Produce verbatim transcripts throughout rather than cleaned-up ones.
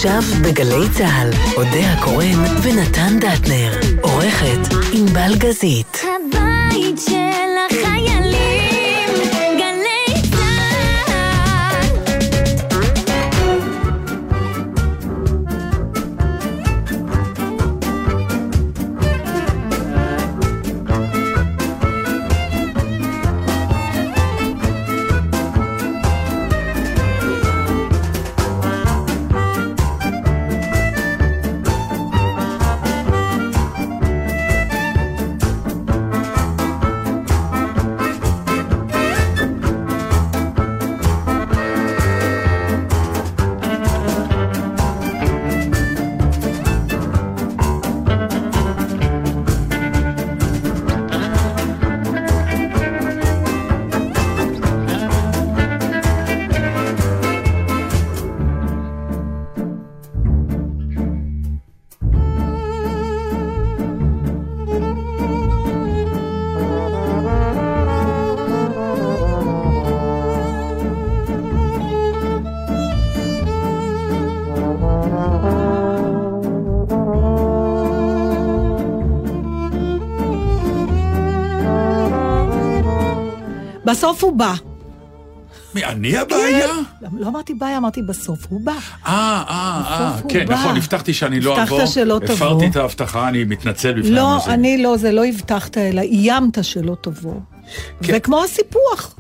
עכשיו בגלי צהל, אודה הקורן ונתן דטנר, עורכת ענבל גזית. הבית של החיילים, גלי צהל. בסוף הוא בא. מי, אני הבעיה? לא אמרתי בעיה, אמרתי בסוף הוא בא. אה, אה, אה, כן, נכון, הבטחתי שאני לא אבוא. הבטחת שלא תבוא. הפרתי את ההבטחה, אני מתנצל בפני לא, המאזינים. אני לא, זה לא הבטחת, אלא איימת שלא תבוא. וכמו הסיפוח.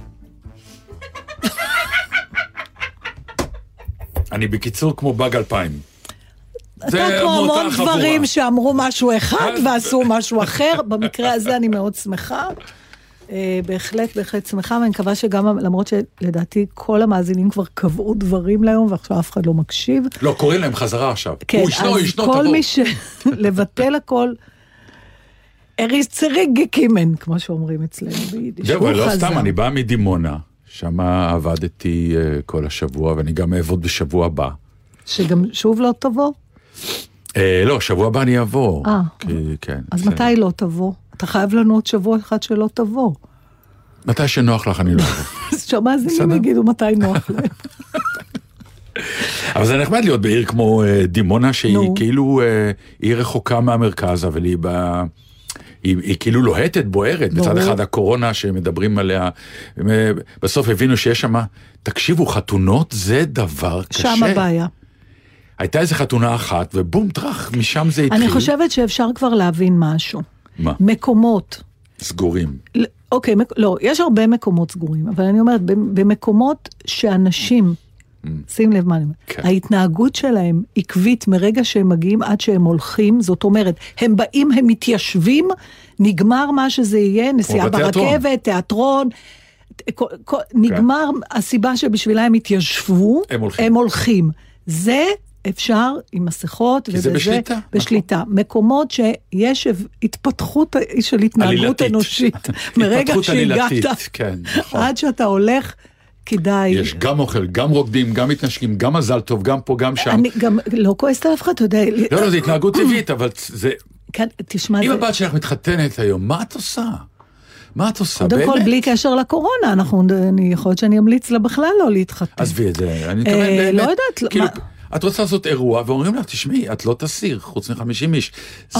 אני בקיצור כמו בג אלפיים. אתה כמו המון דברים שאמרו משהו אחד ועשו משהו אחר. במקרה הזה אני מאוד שמחה. בהחלט, בהחלט שמחה, ואני מקווה שגם, למרות שלדעתי כל המאזינים כבר קבעו דברים להיום, ועכשיו אף אחד לא מקשיב. לא, קוראים להם חזרה עכשיו. כן, אז כל מי שלבטל הכל, אריס צריג קימן, כמו שאומרים אצלנו ביידיש. זהו, לא סתם, אני בא מדימונה, שם עבדתי כל השבוע, ואני גם אעבוד בשבוע הבא. שגם שוב לא תבוא? לא, שבוע הבא אני אבוא. אה, אז מתי לא תבוא? אתה חייב לנו עוד שבוע אחד שלא תבוא. מתי שנוח לך אני לא אבוא. אז שהמאזינים יגידו מתי נוח להם. אבל זה נחמד להיות בעיר כמו דימונה, שהיא כאילו עיר רחוקה מהמרכז, אבל היא ב... היא, היא כאילו לוהטת, בוערת, בצד אחד הקורונה שמדברים עליה, בסוף הבינו שיש שם, תקשיבו, חתונות זה דבר קשה. שם הבעיה. הייתה איזו חתונה אחת, ובום, טרח, משם זה התחיל. אני חושבת שאפשר כבר להבין משהו. מה? מקומות. סגורים. אוקיי, לא, יש הרבה מקומות סגורים, אבל אני אומרת, במקומות שאנשים, שים לב מה אני אומרת, ההתנהגות שלהם עקבית מרגע שהם מגיעים עד שהם הולכים, זאת אומרת, הם באים, הם מתיישבים, נגמר מה שזה יהיה, נסיעה ברכבת, תיאטרון, נגמר הסיבה שבשבילה הם התיישבו, הם הולכים. זה אפשר עם מסכות, כי זה בשליטה. בשליטה. מקומות שיש התפתחות של התנהגות אנושית. מרגע שהגעת, עד שאתה הולך, כדאי... יש גם אוכל, גם רוקדים, גם מתנשקים, גם מזל טוב, גם פה, גם שם. אני גם לא כועסת על אף אחד, אתה יודע... לא, לא, זה התנהגות טבעית, אבל זה... כן, תשמע... אם הבת שלך מתחתנת היום, מה את עושה? מה את עושה? קודם כל, בלי קשר לקורונה, אנחנו, אני יכול להיות שאני אמליץ לה בכלל לא להתחתן. עזבי את זה, אני מתכוון באמת... לא יודעת, כאילו, את רוצה לעשות אירוע, ואומרים לך, תשמעי, את לא תסיר, חוץ מ-חמישים איש.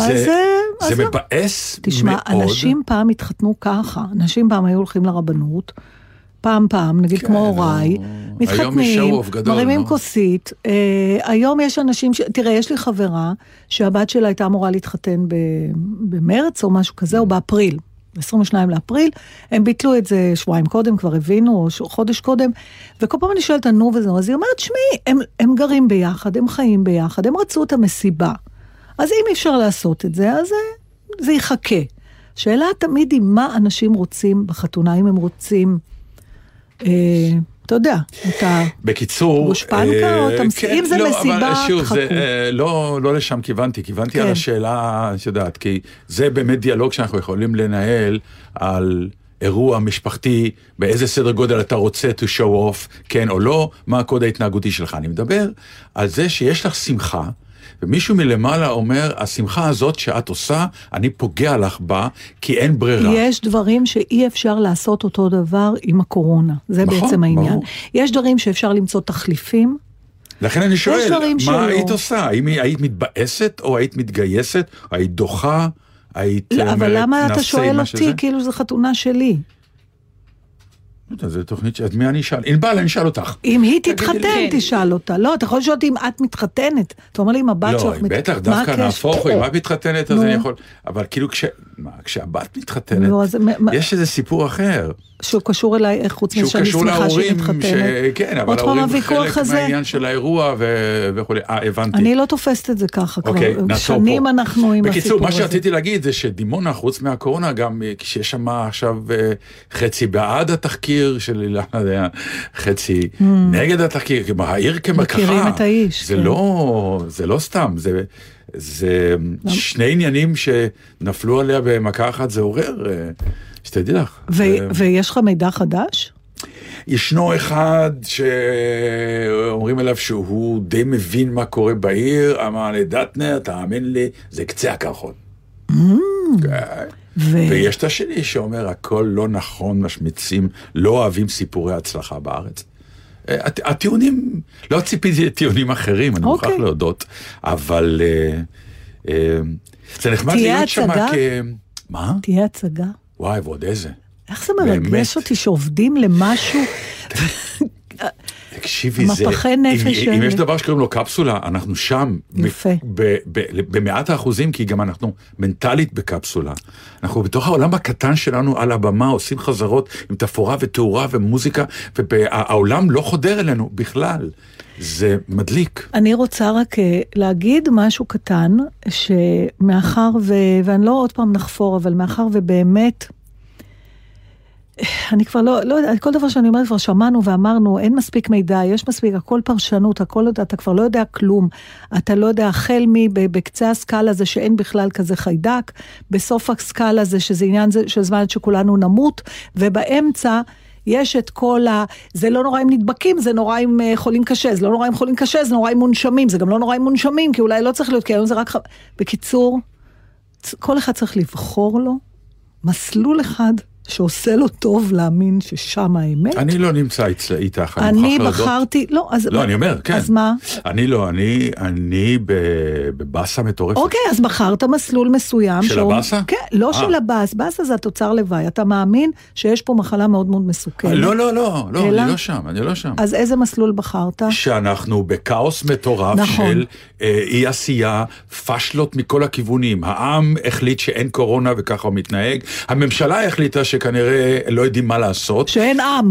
זה מבאס מאוד. תשמע, אנשים פעם התחתנו ככה, אנשים פעם היו הולכים לרבנות, פעם פעם, נגיד כמו הוריי, מתחתנים, מרימים כוסית, היום יש אנשים, תראה, יש לי חברה, שהבת שלה הייתה אמורה להתחתן במרץ, או משהו כזה, או באפריל. עשרים ושניים לאפריל, הם ביטלו את זה שבועיים קודם, כבר הבינו, או חודש קודם, וכל פעם אני שואלת, נו וזהו, אז היא אומרת, שמי, הם, הם גרים ביחד, הם חיים ביחד, הם רצו את המסיבה, אז אם אפשר לעשות את זה, אז זה, זה יחכה. שאלה תמיד היא, מה אנשים רוצים בחתונה, אם הם רוצים, אה, אתה יודע, אתה... בקיצור... גושפנקה, או אתה... אם זה מסיבה, תחכו. לא, לא לשם כיוונתי, כיוונתי על השאלה, שיודעת, כי זה באמת דיאלוג שאנחנו יכולים לנהל על אירוע משפחתי, באיזה סדר גודל אתה רוצה to show off, כן או לא, מה הקוד ההתנהגותי שלך. אני מדבר על זה שיש לך שמחה, ומישהו מלמעלה אומר, השמחה הזאת שאת עושה, אני פוגע לך בה, כי אין ברירה. יש דברים שאי אפשר לעשות אותו דבר עם הקורונה. זה נכון, בעצם העניין. ברור. יש דברים שאפשר למצוא תחליפים, לכן אני שואל, מה שלא. היית עושה? האם היית מתבאסת, או היית מתגייסת, או היית דוחה, היית... לא, אבל למה אתה שואל אותי, שזה? כאילו זו חתונה שלי? זה תוכנית, אז מי אני אשאל? אינבל, אני אשאל אותך. אם היא תתחתן, תשאל אותה. לא, אתה יכול לשאול אותי אם את מתחתנת. אתה אומר לי, אם הבת שלך... לא, בטח, דווקא נהפוך, אם את מתחתנת, אז אני יכול... אבל כאילו, כשהבת מתחתנת, יש איזה סיפור אחר. שהוא קשור אליי, איך חוץ משאני שמחה שהיא מתחתנת. כן, אבל ההורים חלק מהעניין של האירוע וכו'. אה, הבנתי. אני לא תופסת את זה ככה כבר. שנים אנחנו עם הסיפור הזה. בקיצור, מה שרציתי להגיד זה שדימונה, חוץ מהקורונה, גם כשיש שם עכשיו חצי בעד התחקיר של אילנה, חצי נגד התחקיר, כלומר, העיר כמקחה. מכירים את האיש. זה לא סתם, זה שני עניינים שנפלו עליה במכה אחת, זה עורר... שתדעי לך. ויש לך מידע חדש? ישנו אחד שאומרים עליו שהוא די מבין מה קורה בעיר, אמר לי, דטנר, תאמין לי, זה קצה הקרחון. ויש את השני שאומר, הכל לא נכון, משמיצים, לא אוהבים סיפורי הצלחה בארץ. הטיעונים, לא ציפיתי טיעונים אחרים, אני מוכרח להודות, אבל זה נחמד להיות שם כ... מה? תהיה הצגה. וואי, ועוד איזה. איך זה מרגש אותי שעובדים למשהו? תקשיבי, זה... מפחי נפש. אם יש דבר שקוראים לו קפסולה, אנחנו שם. יפה. במאת האחוזים, כי גם אנחנו מנטלית בקפסולה. אנחנו בתוך העולם הקטן שלנו על הבמה, עושים חזרות עם תפאורה ותאורה ומוזיקה, והעולם לא חודר אלינו בכלל. זה מדליק. אני רוצה רק להגיד משהו קטן, שמאחר ו... ואני לא עוד פעם נחפור, אבל מאחר ובאמת... אני כבר לא, לא, כל דבר שאני אומרת כבר שמענו ואמרנו, אין מספיק מידע, יש מספיק, הכל פרשנות, הכל, אתה כבר לא יודע כלום, אתה לא יודע, החל מי, בקצה הסקאלה זה שאין בכלל כזה חיידק, בסוף הסקאלה זה שזה עניין של זמן שכולנו נמות, ובאמצע יש את כל ה... זה לא נורא אם נדבקים, זה נורא אם חולים קשה, זה לא נורא אם חולים קשה, זה נורא אם מונשמים, זה גם לא נורא אם מונשמים, כי אולי לא צריך להיות, כי היום זה רק... בקיצור, כל אחד צריך לבחור לו מסלול אחד, שעושה לו טוב להאמין ששם האמת. אני לא נמצא איתך. אני בחרתי, לא, אז... לא, אני אומר, כן. אז מה? אני לא, אני, אני בבאסה מטורפת. אוקיי, אז בחרת מסלול מסוים. של הבאסה? כן, לא של הבאס, באסה זה התוצר לוואי. אתה מאמין שיש פה מחלה מאוד מאוד מסוכנת. לא, לא, לא, לא, אני לא שם, אני לא שם. אז איזה מסלול בחרת? שאנחנו בקאוס מטורף של אי עשייה, פשלות מכל הכיוונים. העם החליט שאין קורונה וככה הוא מתנהג. הממשלה החליטה שכנראה לא יודעים מה לעשות. שאין עם.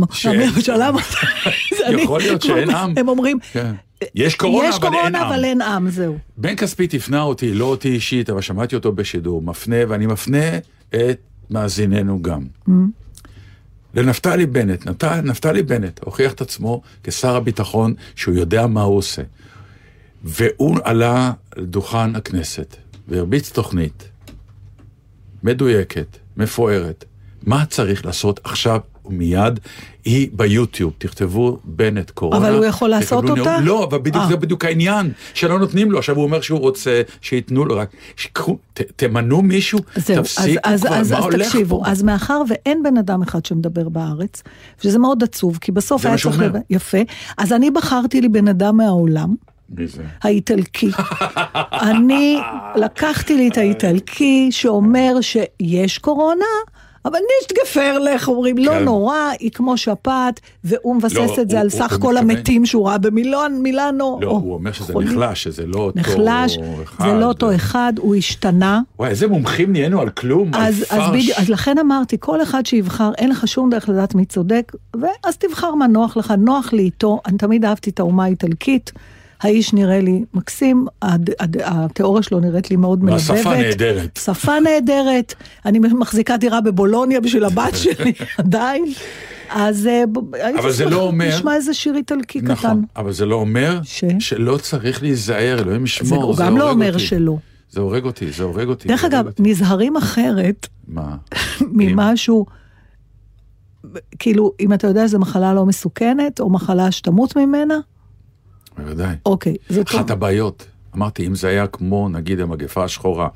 יכול להיות שאין עם. הם אומרים, יש קורונה, יש קורונה אבל אין עם, זהו. בן כספי תפנה אותי, לא אותי אישית, אבל שמעתי אותו בשידור, מפנה, ואני מפנה את מאזיננו גם. לנפתלי בנט, נפתלי בנט, הוכיח את עצמו כשר הביטחון, שהוא יודע מה הוא עושה. והוא עלה לדוכן הכנסת, והרביץ תוכנית, מדויקת, מפוארת, מה צריך לעשות עכשיו ומיד? היא ביוטיוב, תכתבו בנט קורונה. אבל הוא יכול לעשות אותה? נאום. לא, אבל בדיוק, זה בדיוק העניין, שלא נותנים לו. עכשיו הוא אומר שהוא רוצה שיתנו לו רק, שיקחו, ת, תמנו מישהו, זהו, תפסיקו אז, כבר, אז, מה אז הולך תקשיבו, פה? אז מאחר ואין בן אדם אחד שמדבר בארץ, שזה מאוד עצוב, כי בסוף היה צריך... לב... יפה, אז אני בחרתי לי בן אדם מהעולם, האיטלקי. אני לקחתי לי את האיטלקי שאומר שיש קורונה, אבל נישט גפרלך, אומרים, לא נורא, היא כמו שפעת, והוא מבסס את זה על סך כל המתים שהוא ראה במילון, מילאנו. לא, הוא אומר שזה נחלש, שזה לא אותו אחד. נחלש, זה לא אותו אחד, הוא השתנה. וואי, איזה מומחים נהיינו על כלום, על פרש. אז לכן אמרתי, כל אחד שיבחר, אין לך שום דרך לדעת מי צודק, ואז תבחר מה נוח לך, נוח לי איתו, אני תמיד אהבתי את האומה האיטלקית, האיש נראה לי מקסים, התיאוריה שלו נראית לי מאוד מלבבת. והשפה נהדרת. שפה נהדרת. אני מחזיקה דירה בבולוניה בשביל הבת שלי, עדיין. אז אבל זה לא אומר... נשמע איזה שיר איטלקי קטן. נכון, אבל זה לא אומר שלא צריך להיזהר, אלוהים ישמור. הוא גם לא אומר שלא. זה הורג אותי, זה הורג אותי. דרך אגב, נזהרים אחרת ממשהו, כאילו, אם אתה יודע שזו מחלה לא מסוכנת, או מחלה שתמות ממנה, בוודאי. אוקיי, זה טוב. אחת הבעיות, אמרתי, אם זה היה כמו, נגיד, המגפה השחורה,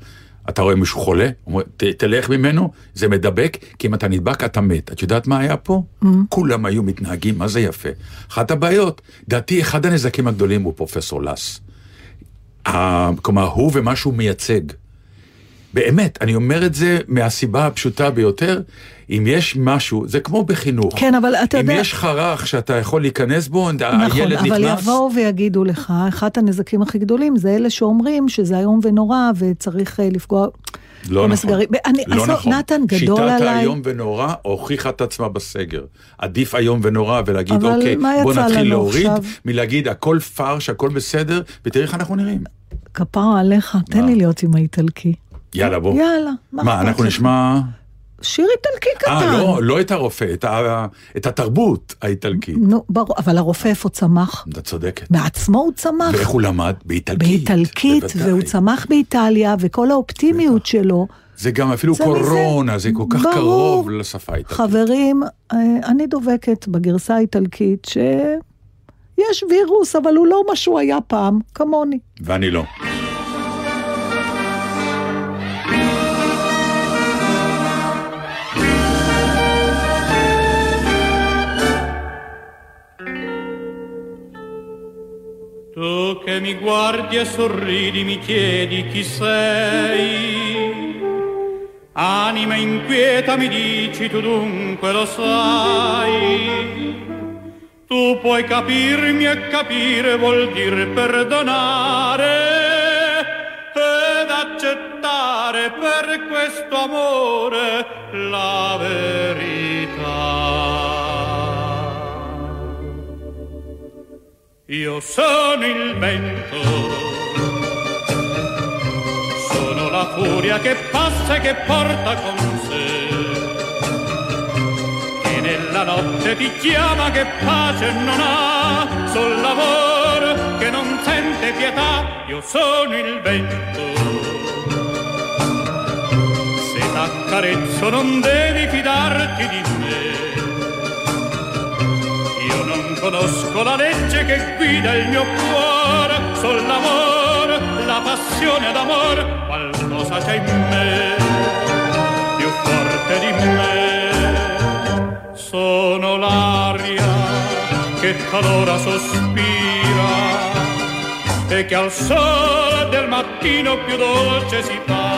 אתה רואה מישהו חולה, אומר, ת, תלך ממנו, זה מדבק, כי אם אתה נדבק, אתה מת. את יודעת מה היה פה? Mm-hmm. כולם היו מתנהגים, מה זה יפה. אחת הבעיות, דעתי, אחד הנזקים הגדולים הוא פרופסור לס. כלומר, הוא ומה שהוא מייצג. באמת, אני אומר את זה מהסיבה הפשוטה ביותר, אם יש משהו, זה כמו בחינוך. כן, אבל אתה יודע... אם יש חרך שאתה יכול להיכנס בו, נכון, הילד נכנס... נכון, אבל יבואו ויגידו לך, אחד הנזקים הכי גדולים, זה אלה שאומרים שזה היום ונורא, וצריך לפגוע... לא נכון, אני, לא עשו, נכון. נתן גדול עליי... שיטת היום ונורא הוכיחה את עצמה בסגר. עדיף היום ונורא ולהגיד, אוקיי, בוא נתחיל להוריד, עכשיו... מלהגיד, הכל פרש, הכל בסדר, ותראי איך אנחנו נראים. כפרה עליך, תן לי להיות עם האיטלקי. יאללה, בוא. יאללה. מה, אנחנו נשמע... שיר איטלקי קטן. אה, לא, לא את הרופא, את, ה, את התרבות האיטלקית. נו, ברור, אבל הרופא איפה צמח? אתה צודקת. מעצמו הוא צמח. ואיך הוא למד? באיטלקית. באיטלקית, והוא צמח באיטליה, וכל האופטימיות שלו. זה גם אפילו זה קורונה, מזה, זה כל כך ברור. קרוב לשפה האיטלקית. חברים, אני דובקת בגרסה האיטלקית שיש וירוס, אבל הוא לא מה שהוא היה פעם, כמוני. ואני לא. Tu che mi guardi e sorridi mi chiedi chi sei, anima inquieta mi dici tu dunque lo sai, tu puoi capirmi e capire vuol dire perdonare ed accettare per questo amore la verità. Io sono il vento, sono la furia che passa e che porta con sé, che nella notte ti chiama, che pace non ha, sol l'amore che non sente pietà. Io sono il vento, se t'accarezzo non devi fidarti di me. Conosco la legge che guida il mio cuore, sol l'amore, la passione d'amore, qualcosa c'è in me, più forte di me. Sono l'aria che talora sospira e che al sole del mattino più dolce si fa.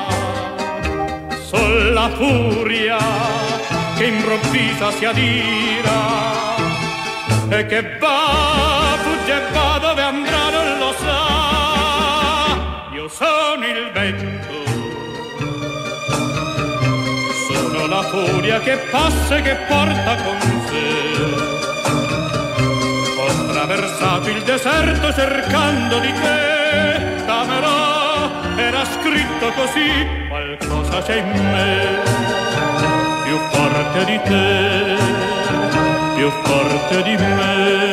Sol la furia che improvvisa si adira e che va, fugge e va dove andrà non lo sa. Io sono il vento, sono la furia che passa e che porta con sé. Ho attraversato il deserto cercando di te, t'amerò, era scritto così, qualcosa c'è in me, più forte di te, più forte di me.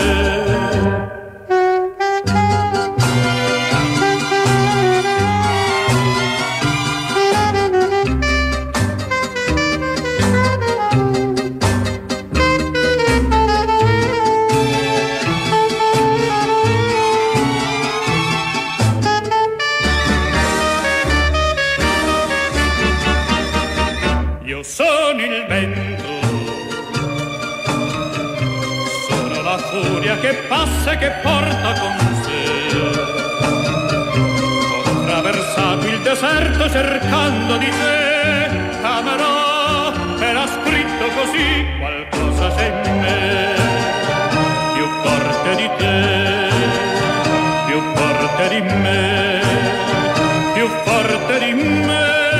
Io sono il vento, furia che passa e che porta con sé. Ho attraversato il deserto cercando di te, t'amerò, era scritto così, qualcosa c'è in me, più forte di te, più forte di me, più forte di me.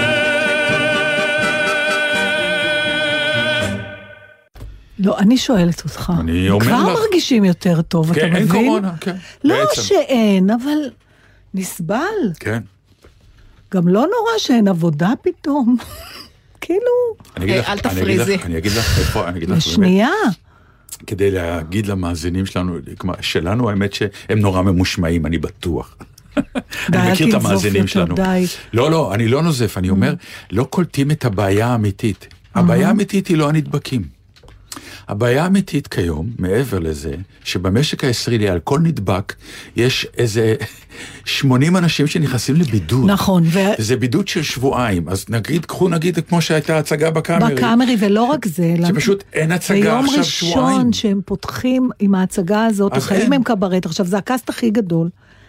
לא, אני שואלת אותך. אני אומר לך. כבר מרגישים יותר טוב, כן, אתה מבין? אין קורונה, כן. לא בעצם. שאין, אבל נסבל. כן. גם לא נורא שאין עבודה פתאום. כאילו... אני אגיד לך, אל תפריזי. אני אגיד לך, איפה, אני אגיד לך, לשנייה. כדי להגיד למאזינים שלנו, שלנו האמת שהם נורא ממושמעים, אני בטוח. אני מכיר את המאזינים שלנו. לא, לא, אני לא נוזף, אני אומר, לא קולטים את הבעיה האמיתית. הבעיה האמיתית היא לא הנדבקים. הבעיה האמיתית כיום, מעבר לזה, שבמשק הישראלי על כל נדבק, יש איזה שמונים אנשים שנכנסים לבידוד. נכון. ו... זה בידוד של שבועיים, אז נגיד, קחו נגיד כמו שהייתה הצגה בקאמרי. בקאמרי, ולא רק זה. שפשוט אין הצגה עכשיו שבועיים. ביום ראשון שהם פותחים עם ההצגה הזאת, החיים הם קברט. עכשיו, זה הקאסט הכי גדול.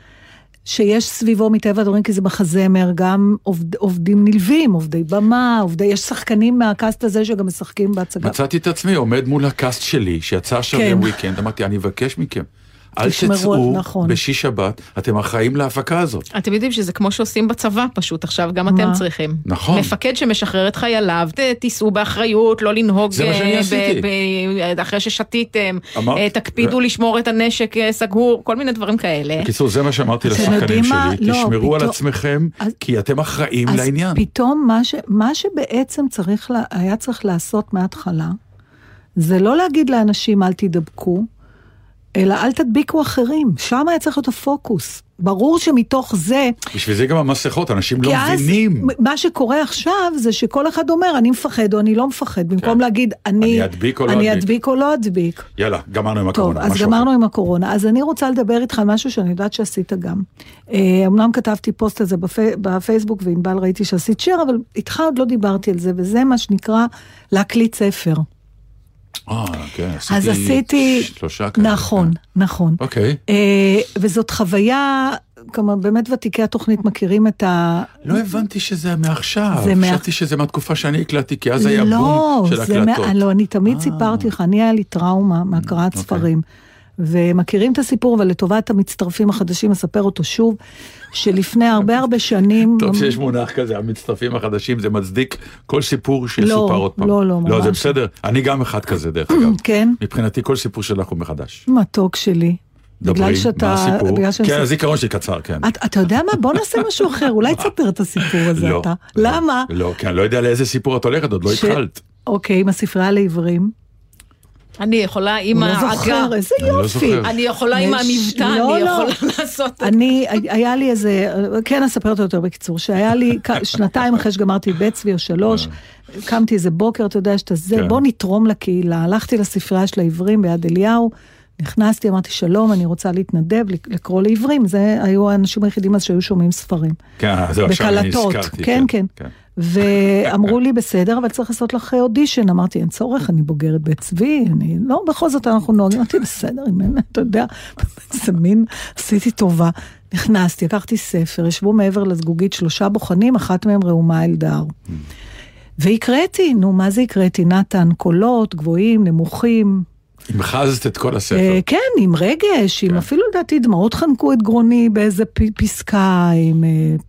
שיש סביבו מטבע הדברים, כי זה מחזמר, גם עובד, עובדים נלווים, עובדי במה, עובדי, יש שחקנים מהקאסט הזה שגם משחקים בהצגה. מצאתי את עצמי, עומד מול הקאסט שלי, שיצא עכשיו כן. בוויקנד, אמרתי, אני אבקש מכם, אל תצאו נכון. בשישי שבת, אתם אחראים להפקה הזאת. אתם יודעים שזה כמו שעושים בצבא פשוט, עכשיו גם אתם צריכים. נכון. מפקד שמשחרר את חייליו, תיסעו באחריות, לא לנהוג זה מה שאני עשיתי. אחרי ששתיתם, תקפידו לשמור את הנשק סגור, כל מיני דברים כאלה. בקיצור, זה מה שאמרתי לשחקנים שלי, תשמרו על עצמכם, כי אתם אחראים לעניין. אז פתאום מה שבעצם היה צריך לעשות מההתחלה, זה לא להגיד לאנשים אל תדבקו, אלא אל תדביקו אחרים, שם היה צריך להיות הפוקוס. ברור שמתוך זה... בשביל זה גם המסכות, אנשים לא מבינים. מה שקורה עכשיו זה שכל אחד אומר, אני מפחד או אני לא מפחד, במקום להגיד, אני אדביק או לא אדביק. יאללה, גמרנו עם הקורונה. טוב, אז גמרנו עם הקורונה. אז אני רוצה לדבר איתך על משהו שאני יודעת שעשית גם. אמנם כתבתי פוסט על זה בפייסבוק, וענבל ראיתי שעשית שיר, אבל איתך עוד לא דיברתי על זה, וזה מה שנקרא להקליט ספר. אה, כן, עשיתי, אז עשיתי שלושה כאלה. נכון, נכון. אוקיי. וזאת חוויה, כלומר, באמת ותיקי התוכנית מכירים את ה... לא הבנתי שזה מעכשיו. חשבתי שזה מהתקופה שאני הקלטתי, כי אז היה בום של הקלטות. לא, אני תמיד סיפרתי לך, אני היה לי טראומה מהקראת ספרים. ומכירים את הסיפור, אבל לטובת המצטרפים החדשים אספר אותו שוב, שלפני הרבה הרבה שנים... טוב שיש מונח כזה, המצטרפים החדשים, זה מצדיק כל סיפור שיסופר עוד פעם. לא, לא, ממש. לא, זה בסדר. אני גם אחד כזה, דרך אגב. כן? מבחינתי כל סיפור שלך הוא מחדש. מתוק שלי. דברי, מה הסיפור? כן, הזיכרון שלי קצר, כן. אתה יודע מה? בוא נעשה משהו אחר, אולי תספר את הסיפור הזה אתה. למה? לא, כי אני לא יודע לאיזה סיפור את הולכת, עוד לא התחלת. אוקיי, עם הספרייה לעברים. אני יכולה עם העגה. לא זוכר, איזה יופי. אני יכולה עם המבטא, אני יכולה לעשות... אני, היה לי איזה, כן אספר אותו יותר בקיצור, שהיה לי שנתיים אחרי שגמרתי בית צבי או שלוש, קמתי איזה בוקר, אתה יודע שאתה זה, בוא נתרום לקהילה, הלכתי לספרייה של העברים ביד אליהו, נכנסתי, אמרתי שלום, אני רוצה להתנדב, לקרוא לעברים, זה היו האנשים היחידים אז שהיו שומעים ספרים. כן, זהו, עכשיו אני הזכרתי. כן, כן. ואמרו לי בסדר, אבל צריך לעשות לך אודישן, אמרתי אין צורך, אני בוגרת בית צבי, אני, לא, בכל זאת אנחנו נוהגים, אמרתי בסדר, אם אין, אתה יודע, זה מין, עשיתי טובה, נכנסתי, לקחתי ספר, ישבו מעבר לזגוגית שלושה בוחנים, אחת מהם ראומה אלדר. והקראתי, נו, מה זה הקראתי? נתן, קולות, גבוהים, נמוכים. המחזת את כל הספר. כן, עם רגש, עם אפילו לדעתי דמעות חנקו את גרוני באיזה פסקה, עם...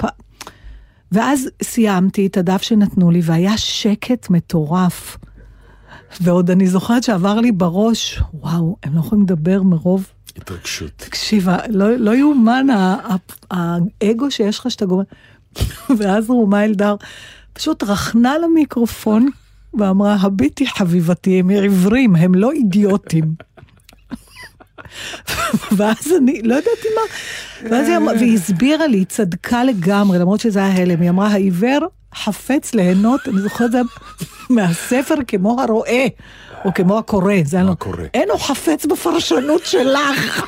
ואז סיימתי את הדף שנתנו לי, והיה שקט מטורף. ועוד אני זוכרת שעבר לי בראש, וואו, הם לא יכולים לדבר מרוב... התרגשות. תקשיב, לא, לא יאומן האגו שיש לך שאתה גומר. ואז רומה אלדר פשוט רחנה למיקרופון, ואמרה, הביטי חביבתי, הם עיוורים, הם לא אידיוטים. ואז אני, לא ידעתי מה, ואז היא, והיא הסבירה לי, היא צדקה לגמרי, למרות שזה היה הלם, היא אמרה, העיוור חפץ ליהנות, אני זוכרת זה מהספר כמו הרואה, או כמו הקורא, זה לא, אין הוא חפץ בפרשנות שלך.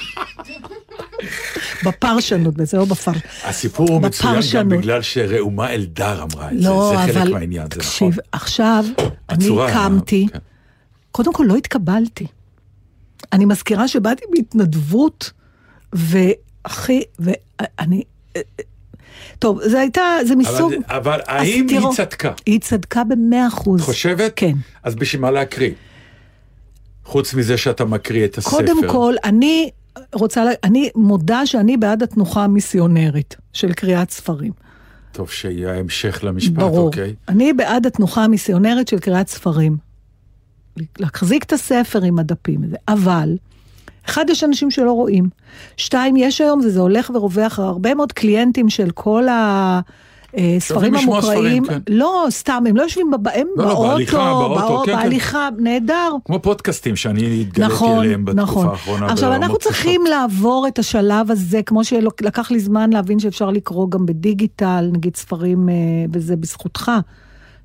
בפרשנות, זה לא בפרשנות. הסיפור הוא מצוין גם בגלל שראומה אלדר אמרה את זה, זה חלק מהעניין, זה נכון. תקשיב, עכשיו אני קמתי, קודם כל לא התקבלתי. אני מזכירה שבאתי בהתנדבות, ואחי, ואני... טוב, זה הייתה, זה מסוג... אבל, אבל האם היא צדקה? היא צדקה במאה אחוז. חושבת? כן. אז בשביל מה להקריא? חוץ מזה שאתה מקריא את הספר. קודם כל, אני רוצה, אני מודה שאני בעד התנוחה המיסיונרית של קריאת ספרים. טוב, שיהיה המשך למשפט, ברור. אוקיי? אני בעד התנוחה המיסיונרית של קריאת ספרים. להחזיק את הספר עם הדפים, אבל אחד, יש אנשים שלא רואים. שתיים, יש היום, וזה הולך ורווח, הרבה מאוד קליינטים של כל הספרים המוקראיים. כן. לא, סתם, הם לא יושבים, הם לא, באוטו, לא, בהליכה, באוטו, כן, בהליכה, כן. נהדר. כמו פודקאסטים שאני התגלתי נכון, אליהם בתקופה נכון. האחרונה. עכשיו, אנחנו צריכים פשוט. לעבור את השלב הזה, כמו שלקח לי זמן להבין שאפשר לקרוא גם בדיגיטל, נגיד ספרים, וזה בזכותך.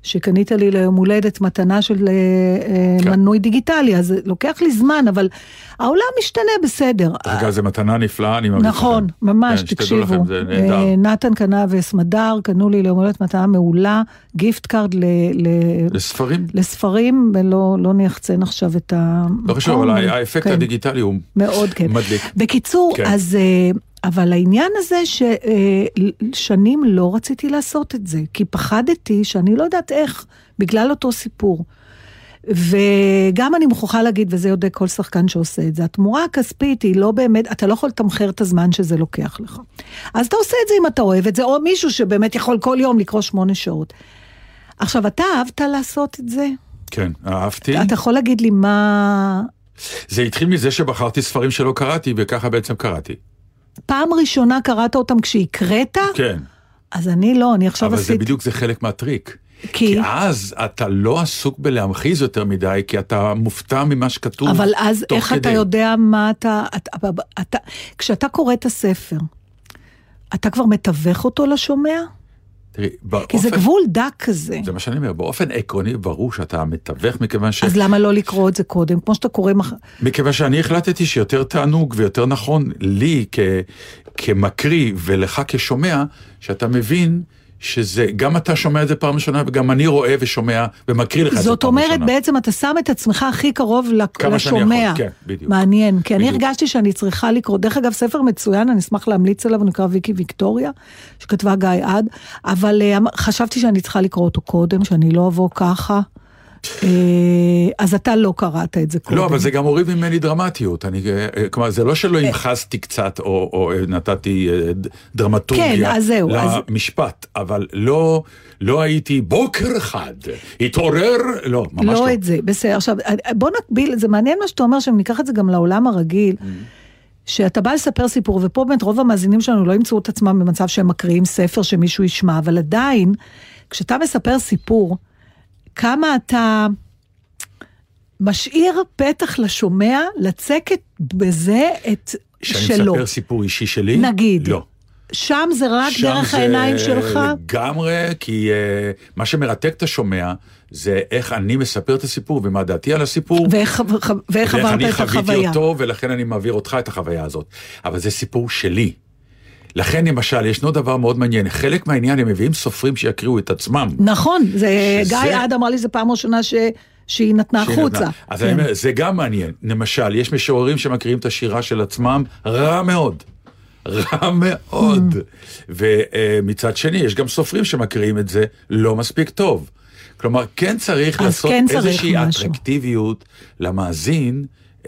שקנית לי ליום הולדת מתנה של כן. מנוי דיגיטלי, אז לוקח לי זמן, אבל העולם משתנה בסדר. רגע, זה מתנה נפלאה, אני ממליץ לכם. נכון, ממש, כן, תקשיבו. לכם, זה נהדר. נתן קנה וסמדר, קנו לי ליום הולדת מתנה מעולה, גיפט קארד ל... לספרים? לספרים, ולא לא נייחצן עכשיו את ה... לא חשוב, אבל האפקט כן. הדיגיטלי הוא מאוד, כן. מדליק. בקיצור, כן. אז... אבל העניין הזה ששנים לא רציתי לעשות את זה, כי פחדתי שאני לא יודעת איך, בגלל אותו סיפור. וגם אני מוכרחה להגיד, וזה יודע כל שחקן שעושה את זה, התמורה הכספית היא לא באמת, אתה לא יכול לתמחר את הזמן שזה לוקח לך. אז אתה עושה את זה אם אתה אוהב את זה, או מישהו שבאמת יכול כל יום לקרוא שמונה שעות. עכשיו, אתה אהבת לעשות את זה? כן, אהבתי. אתה יכול להגיד לי מה... זה התחיל מזה שבחרתי ספרים שלא קראתי, וככה בעצם קראתי. פעם ראשונה קראת אותם כשהקראת? כן. אז אני לא, אני עכשיו עשיתי... אבל זה בדיוק, זה חלק מהטריק. כי... כי אז אתה לא עסוק בלהמחיז יותר מדי, כי אתה מופתע ממה שכתוב תוך כדי. אבל אז איך כדי. אתה יודע מה אתה, אתה, אתה... כשאתה קורא את הספר, אתה כבר מתווך אותו לשומע? תראי, באופן... כי זה גבול דק כזה. זה מה שאני אומר, באופן עקרוני ברור שאתה מתווך מכיוון ש... אז למה לא לקרוא את זה קודם? כמו שאתה קורא... מח... מכיוון שאני החלטתי שיותר תענוג ויותר נכון לי כ... כמקריא ולך כשומע, שאתה מבין שזה, גם אתה שומע את זה פעם ראשונה, וגם אני רואה ושומע ומקריא לך את זה פעם ראשונה. זאת אומרת, בעצם אתה שם את עצמך הכי קרוב לשומע. שאני יכול, כן, בדיוק. מעניין, כי אני הרגשתי שאני צריכה לקרוא, דרך אגב, ספר מצוין, אני אשמח להמליץ עליו, הוא נקרא ויקי ויקטוריה, שכתבה גיא עד, אבל חשבתי שאני צריכה לקרוא אותו קודם, שאני לא אבוא ככה, אז אתה לא קראת את זה קודם. לא, אבל זה גם הוריד ממני דרמטיות. אני, כלומר, זה לא שלא המחזתי קצת, או, או נתתי דרמטורגיה כן, למשפט, אז... אבל לא, לא הייתי בוקר אחד, התעורר, לא, ממש לא. לא את זה, בסדר. עכשיו, בוא נקביל, זה מעניין מה שאתה אומר, שניקח את זה גם לעולם הרגיל, mm. שאתה בא לספר סיפור, ופה באמת רוב המאזינים שלנו לא ימצאו את עצמם במצב שהם מקריאים ספר שמישהו ישמע, אבל עדיין, כשאתה מספר סיפור, כמה אתה משאיר פתח לשומע, לצקת בזה את שלו. שאני מספר סיפור אישי שלי? נגיד. לא. שם זה רק דרך העיניים שלך? שם זה לגמרי, כי uh, מה שמרתק את השומע, זה איך אני מספר את הסיפור, ומה דעתי על הסיפור. ואיך, ואיך עברת את החוויה. ואיך אני חוויתי אותו, ולכן אני מעביר אותך את החוויה הזאת. אבל זה סיפור שלי. לכן למשל, ישנו דבר מאוד מעניין, חלק מהעניין הם מביאים סופרים שיקריאו את עצמם. נכון, זה, שזה... גיא עד אמר לי זה פעם ראשונה ש... שהיא נתנה החוצה. אז כן. אני אומר, זה גם מעניין. למשל, יש משוררים שמקריאים את השירה של עצמם רע מאוד. רע מאוד. ומצד שני, יש גם סופרים שמקריאים את זה לא מספיק טוב. כלומר, כן צריך לעשות כן איזושהי משהו. אטרקטיביות למאזין,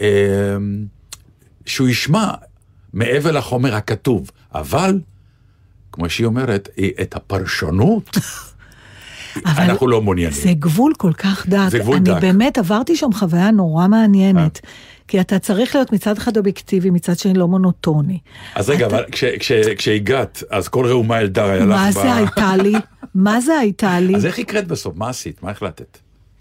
שהוא ישמע מעבר לחומר הכתוב. אבל, כמו שהיא אומרת, את הפרשנות, אנחנו לא מעוניינים. זה גבול כל כך דק. זה גבול אני דק. אני באמת עברתי שם חוויה נורא מעניינת. כי אתה צריך להיות מצד אחד אובייקטיבי, מצד שני לא מונוטוני. אז רגע, אבל כשהגעת, אז כל ראומה אלדר היה לך... מה זה הייתה לי? מה זה הייתה לי? אז איך הקראת בסוף? מה עשית? מה החלטת?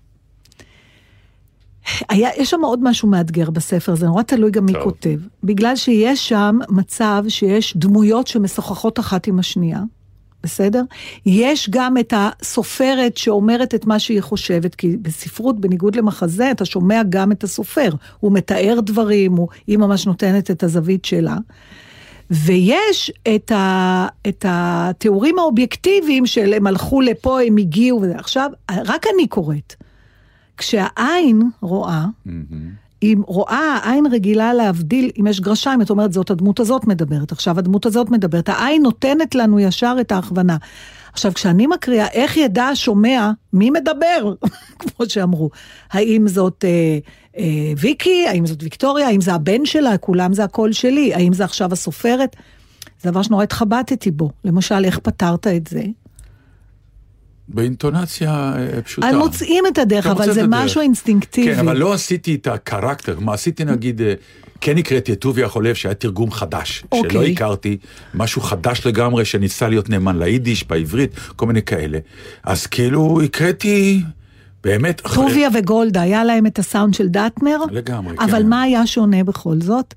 היה, יש שם עוד משהו מאתגר בספר, זה נורא תלוי גם מי כותב. בגלל שיש שם מצב שיש דמויות שמשוחחות אחת עם השנייה, בסדר? יש גם את הסופרת שאומרת את מה שהיא חושבת, כי בספרות, בניגוד למחזה, אתה שומע גם את הסופר. הוא מתאר דברים, הוא, היא ממש נותנת את הזווית שלה. ויש את, ה, את התיאורים האובייקטיביים של הם הלכו לפה, הם הגיעו, ועכשיו, רק אני קוראת. כשהעין רואה, אם רואה העין רגילה להבדיל, אם יש גרשיים, את אומרת, זאת הדמות הזאת מדברת, עכשיו הדמות הזאת מדברת, העין נותנת לנו ישר את ההכוונה. עכשיו, כשאני מקריאה, איך ידע שומע מי מדבר, כמו שאמרו, האם זאת אה, אה, ויקי, האם זאת ויקטוריה, האם זה הבן שלה, כולם זה הקול שלי, האם זה עכשיו הסופרת, זה דבר שנורא התחבטתי בו, למשל, איך פתרת את זה? באינטונציה פשוטה. על מוצאים את הדרך, אבל זה משהו אינסטינקטיבי. כן, אבל לא עשיתי את הקרקטר, מה עשיתי נגיד, כן הקראתי את טוביה חולב, שהיה תרגום חדש, שלא הכרתי, משהו חדש לגמרי, שניסה להיות נאמן ליידיש, בעברית, כל מיני כאלה. אז כאילו הקראתי באמת... טוביה וגולדה, היה להם את הסאונד של דטנר? לגמרי, כן. אבל מה היה שונה בכל זאת?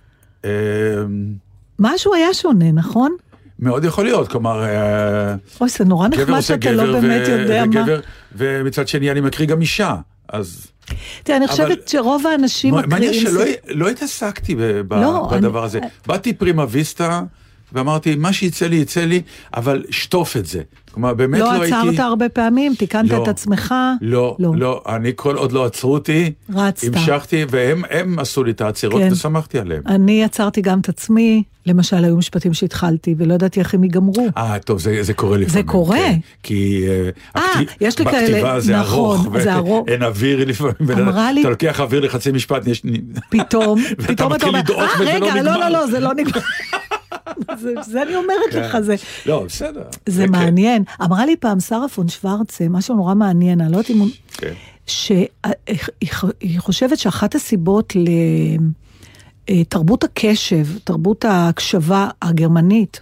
משהו היה שונה, נכון? מאוד יכול להיות, כלומר... אוי, זה נורא נחמד שאתה לא באמת יודע מה. ומצד שני אני מקריא גם אישה, אז... תראה, אני חושבת שרוב האנשים מקריאים... מעניין שלא התעסקתי בדבר הזה. באתי פרימה ויסטה, ואמרתי, מה שיצא לי, יצא לי, אבל שטוף את זה. כלומר, באמת לא הייתי... לא עצרת הרבה פעמים, תיקנת את עצמך? לא, לא, אני כל עוד לא עצרו אותי, המשכתי, והם עשו לי את העצירות ושמחתי עליהם. אני עצרתי גם את עצמי, למשל, היו משפטים שהתחלתי, ולא ידעתי איך הם ייגמרו. אה, טוב, זה קורה לפעמים. זה קורה. כי בכתיבה זה ארוך, ואין אוויר לפעמים, אתה לוקח אוויר לחצי משפט, פתאום, ואתה מתחיל לדעוך וזה לא נגמר. רגע, לא, לא, לא, זה לא נגמר. זה אני אומרת לך, זה... לא, בסדר. זה מעניין. אמרה לי פעם שרה פון שוורצה, משהו נורא מעניין, אני לא יודעת אם הוא... שהיא חושבת שאחת הסיבות לתרבות הקשב, תרבות ההקשבה הגרמנית,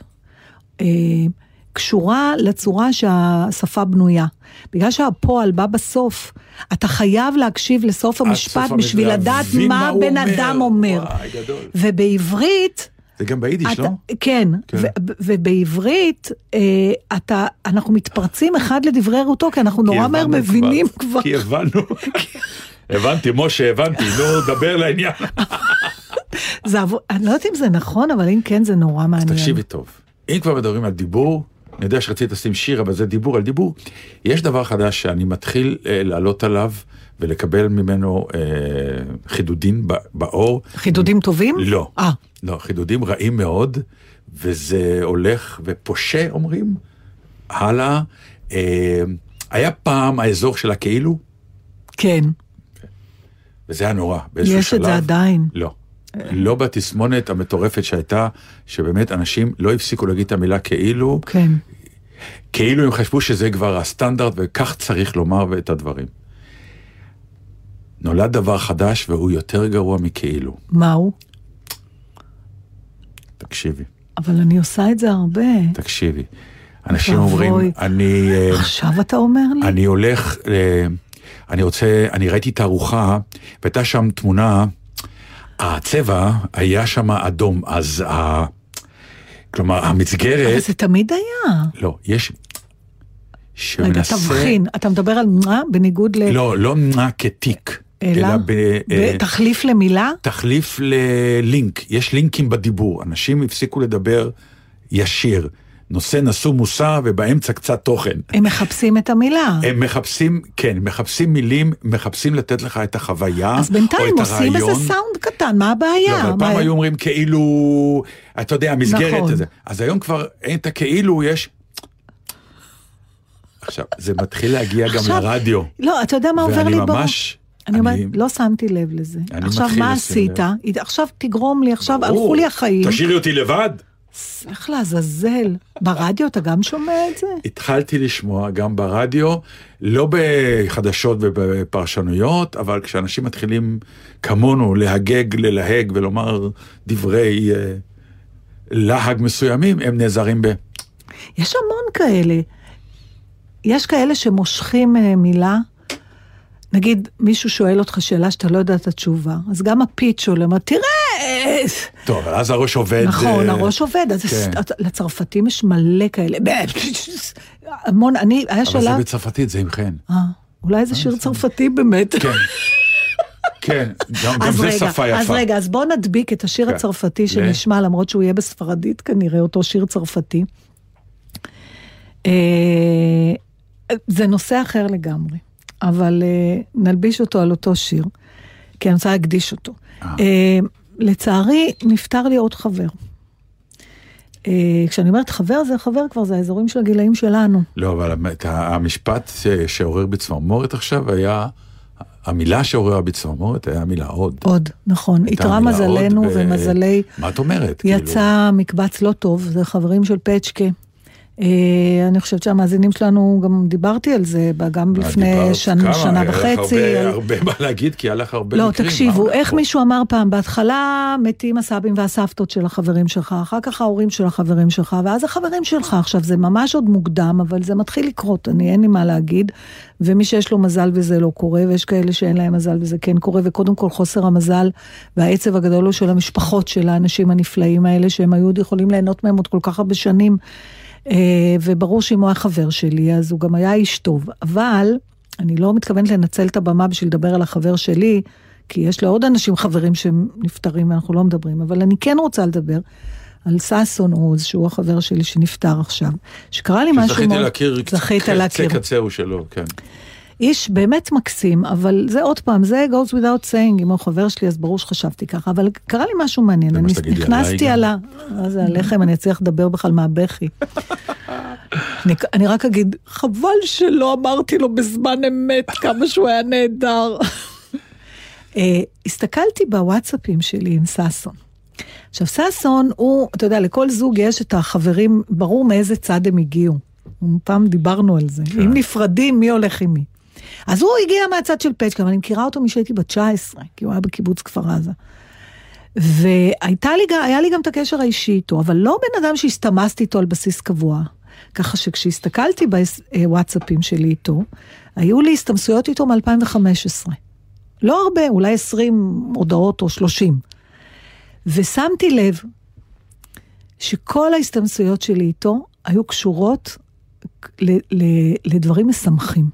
קשורה לצורה שהשפה בנויה. בגלל שהפועל בא בסוף, אתה חייב להקשיב לסוף המשפט בשביל לדעת מה בן אדם אומר. ובעברית... זה גם ביידיש, לא? כן, ובעברית אנחנו מתפרצים אחד לדברי רותו, כי אנחנו נורא מהר מבינים כבר. כי הבנו. הבנתי, משה, הבנתי, לא דבר לעניין. אני לא יודעת אם זה נכון, אבל אם כן זה נורא מעניין. אז תקשיבי טוב. אם כבר מדברים על דיבור, אני יודע שרציתי לשים שיר, אבל זה דיבור על דיבור. יש דבר חדש שאני מתחיל לעלות עליו, ולקבל ממנו אה, חידודים באור. חידודים טובים? לא. 아. לא, חידודים רעים מאוד, וזה הולך ופושה, אומרים. הלאה. אה, היה פעם האזור של הכאילו? כן. וזה היה נורא. באיזשהו יש שלב, את זה עדיין. לא. לא בתסמונת המטורפת שהייתה, שבאמת אנשים לא הפסיקו להגיד את המילה כאילו. כן. כאילו הם חשבו שזה כבר הסטנדרט, וכך צריך לומר את הדברים. נולד דבר חדש, והוא יותר גרוע מכאילו. מהו? תקשיבי. אבל אני עושה את זה הרבה. תקשיבי. אנשים אומרים, אני... עכשיו אתה אומר לי? אני הולך, אני רוצה, אני ראיתי את הארוחה, והייתה שם תמונה, הצבע היה שם אדום, אז ה... כלומר, המסגרת... אבל זה תמיד היה. לא, יש... רגע, תבחין, אתה מדבר על מה בניגוד ל... לא, לא מה כתיק. אלא, תחליף למילה? תחליף ללינק, יש לינקים בדיבור, אנשים הפסיקו לדבר ישיר, נושא נשוא מושא ובאמצע קצת תוכן. הם מחפשים את המילה. הם מחפשים, כן, מחפשים מילים, מחפשים לתת לך את החוויה, אז בינתיים עושים איזה סאונד קטן, מה הבעיה? לא, אבל פעם היו אומרים כאילו, אתה יודע, המסגרת הזה. אז היום כבר אין את הכאילו, יש... עכשיו, זה מתחיל להגיע גם לרדיו. לא, אתה יודע מה עובר לי בו? ואני ממש... אני אומרת, לא שמתי לב לזה. עכשיו מה עשית? עכשיו תגרום לי, עכשיו הלכו לי החיים. תשאירי אותי לבד. איך לעזאזל. ברדיו אתה גם שומע את זה? התחלתי לשמוע גם ברדיו, לא בחדשות ובפרשנויות, אבל כשאנשים מתחילים כמונו להגג, ללהג ולומר דברי להג מסוימים, הם נעזרים ב... יש המון כאלה. יש כאלה שמושכים מילה, נגיד, מישהו שואל אותך שאלה שאתה לא יודע את התשובה, אז גם הפיץ' עולה, אומר, תראה! טוב, אבל אז הראש עובד. נכון, הראש עובד, אז לצרפתים יש מלא כאלה. המון, אני, היה שאלה... אבל זה בצרפתית, זה עם חן. אולי זה שיר צרפתי באמת. כן. כן, גם זה שפה יפה. אז רגע, אז בוא נדביק את השיר הצרפתי שנשמע, למרות שהוא יהיה בספרדית, כנראה אותו שיר צרפתי. זה נושא אחר לגמרי. אבל uh, נלביש אותו על אותו שיר, כי אני רוצה להקדיש אותו. Uh, לצערי, נפטר לי עוד חבר. Uh, כשאני אומרת חבר, זה חבר כבר, זה האזורים של הגילאים שלנו. לא, אבל המשפט שעורר בצמרמורת עכשיו היה, המילה שעוררה בצמרמורת היה המילה עוד. עוד, נכון. התראה מזלנו ו... ומזלי... מה את אומרת? יצא כאילו... מקבץ לא טוב, זה חברים של פצ'קה. אני חושבת שהמאזינים שלנו, גם דיברתי על זה, גם לפני שנה וחצי. היה לך הרבה מה להגיד, כי היה לך הרבה מקרים. לא, תקשיבו, איך מישהו אמר פעם, בהתחלה מתים הסבים והסבתות של החברים שלך, אחר כך ההורים של החברים שלך, ואז החברים שלך. עכשיו, זה ממש עוד מוקדם, אבל זה מתחיל לקרות, אני אין לי מה להגיד, ומי שיש לו מזל וזה לא קורה, ויש כאלה שאין להם מזל וזה כן קורה, וקודם כל חוסר המזל, והעצב הגדול הוא של המשפחות של האנשים הנפלאים האלה, שהם היו יכולים ליהנות מהם עוד כל כך הרבה שנים, וברור שאם הוא היה חבר שלי, אז הוא גם היה איש טוב. אבל אני לא מתכוונת לנצל את הבמה בשביל לדבר על החבר שלי, כי יש לו עוד אנשים חברים שנפטרים ואנחנו לא מדברים, אבל אני כן רוצה לדבר על סאסון עוז, שהוא החבר שלי שנפטר עכשיו, שקרה לי משהו מאוד... שזכיתי להכיר, זכית להכיר. קצה קצהו שלו, כן. איש באמת מקסים, אבל זה עוד פעם, זה goes without saying, אם הוא חבר שלי, אז ברור שחשבתי ככה, אבל קרה לי משהו מעניין, אני נכנסתי על ה... אז הלחם, אני אצליח לדבר בכלל מהבכי. אני, אני רק אגיד, חבל שלא אמרתי לו בזמן אמת, כמה שהוא היה נהדר. הסתכלתי בוואטסאפים שלי עם סאסון. עכשיו, סאסון הוא, אתה יודע, לכל זוג יש את החברים, ברור מאיזה צד הם הגיעו. פעם דיברנו על זה. אם נפרדים, מי הולך עם מי? אז הוא הגיע מהצד של פצ'קה, אבל אני מכירה אותו משהייתי בת תשע עשרה, כי הוא היה בקיבוץ כפר עזה. והיה לי, לי גם את הקשר האישי איתו, אבל לא בן אדם שהסתמסתי איתו על בסיס קבוע. ככה שכשהסתכלתי בוואטסאפים שלי איתו, היו לי הסתמסויות איתו מ-אלפיים וחמש עשרה. לא הרבה, אולי עשרים הודעות או שלושים. ושמתי לב שכל ההסתמסויות שלי איתו היו קשורות ל- ל- לדברים משמחים.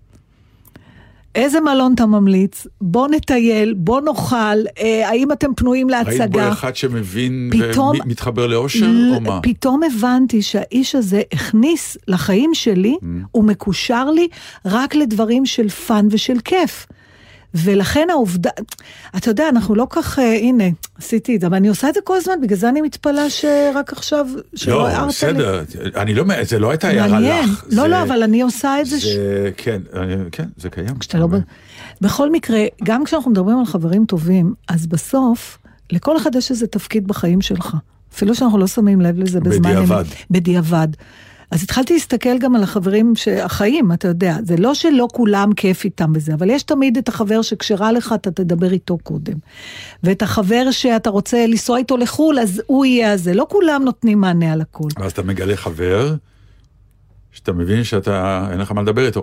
איזה מלון אתה ממליץ? בוא נטייל, בוא נאכל, אה, האם אתם פנויים להצגה? ראית בו אחד שמבין פתאום, ומתחבר לאושר ל- או מה? פתאום הבנתי שהאיש הזה הכניס לחיים שלי, mm. הוא מקושר לי רק לדברים של פן ושל כיף. ולכן העובדה, אתה יודע, אנחנו לא כך, הנה, עשיתי את זה, אבל אני עושה את זה כל הזמן, בגלל זה אני מתפלא שרק עכשיו, לא, בסדר, אני לא, זה לא הייתה הערה לך. לא, לא, אבל אני עושה את זה. כן, כן, זה קיים. בכל מקרה, גם כשאנחנו מדברים על חברים טובים, אז בסוף, לכל אחד יש איזה תפקיד בחיים שלך. אפילו שאנחנו לא שמים לב לזה בזמן. בדיעבד. בדיעבד. אז התחלתי להסתכל גם על החברים שהחיים, אתה יודע, זה לא שלא כולם כיף איתם בזה, אבל יש תמיד את החבר שכשרע לך אתה תדבר איתו קודם. ואת החבר שאתה רוצה לנסוע איתו לחול, אז הוא יהיה הזה. לא כולם נותנים מענה על הכל. ואז אתה מגלה חבר, שאתה מבין שאתה, אין לך מה לדבר איתו.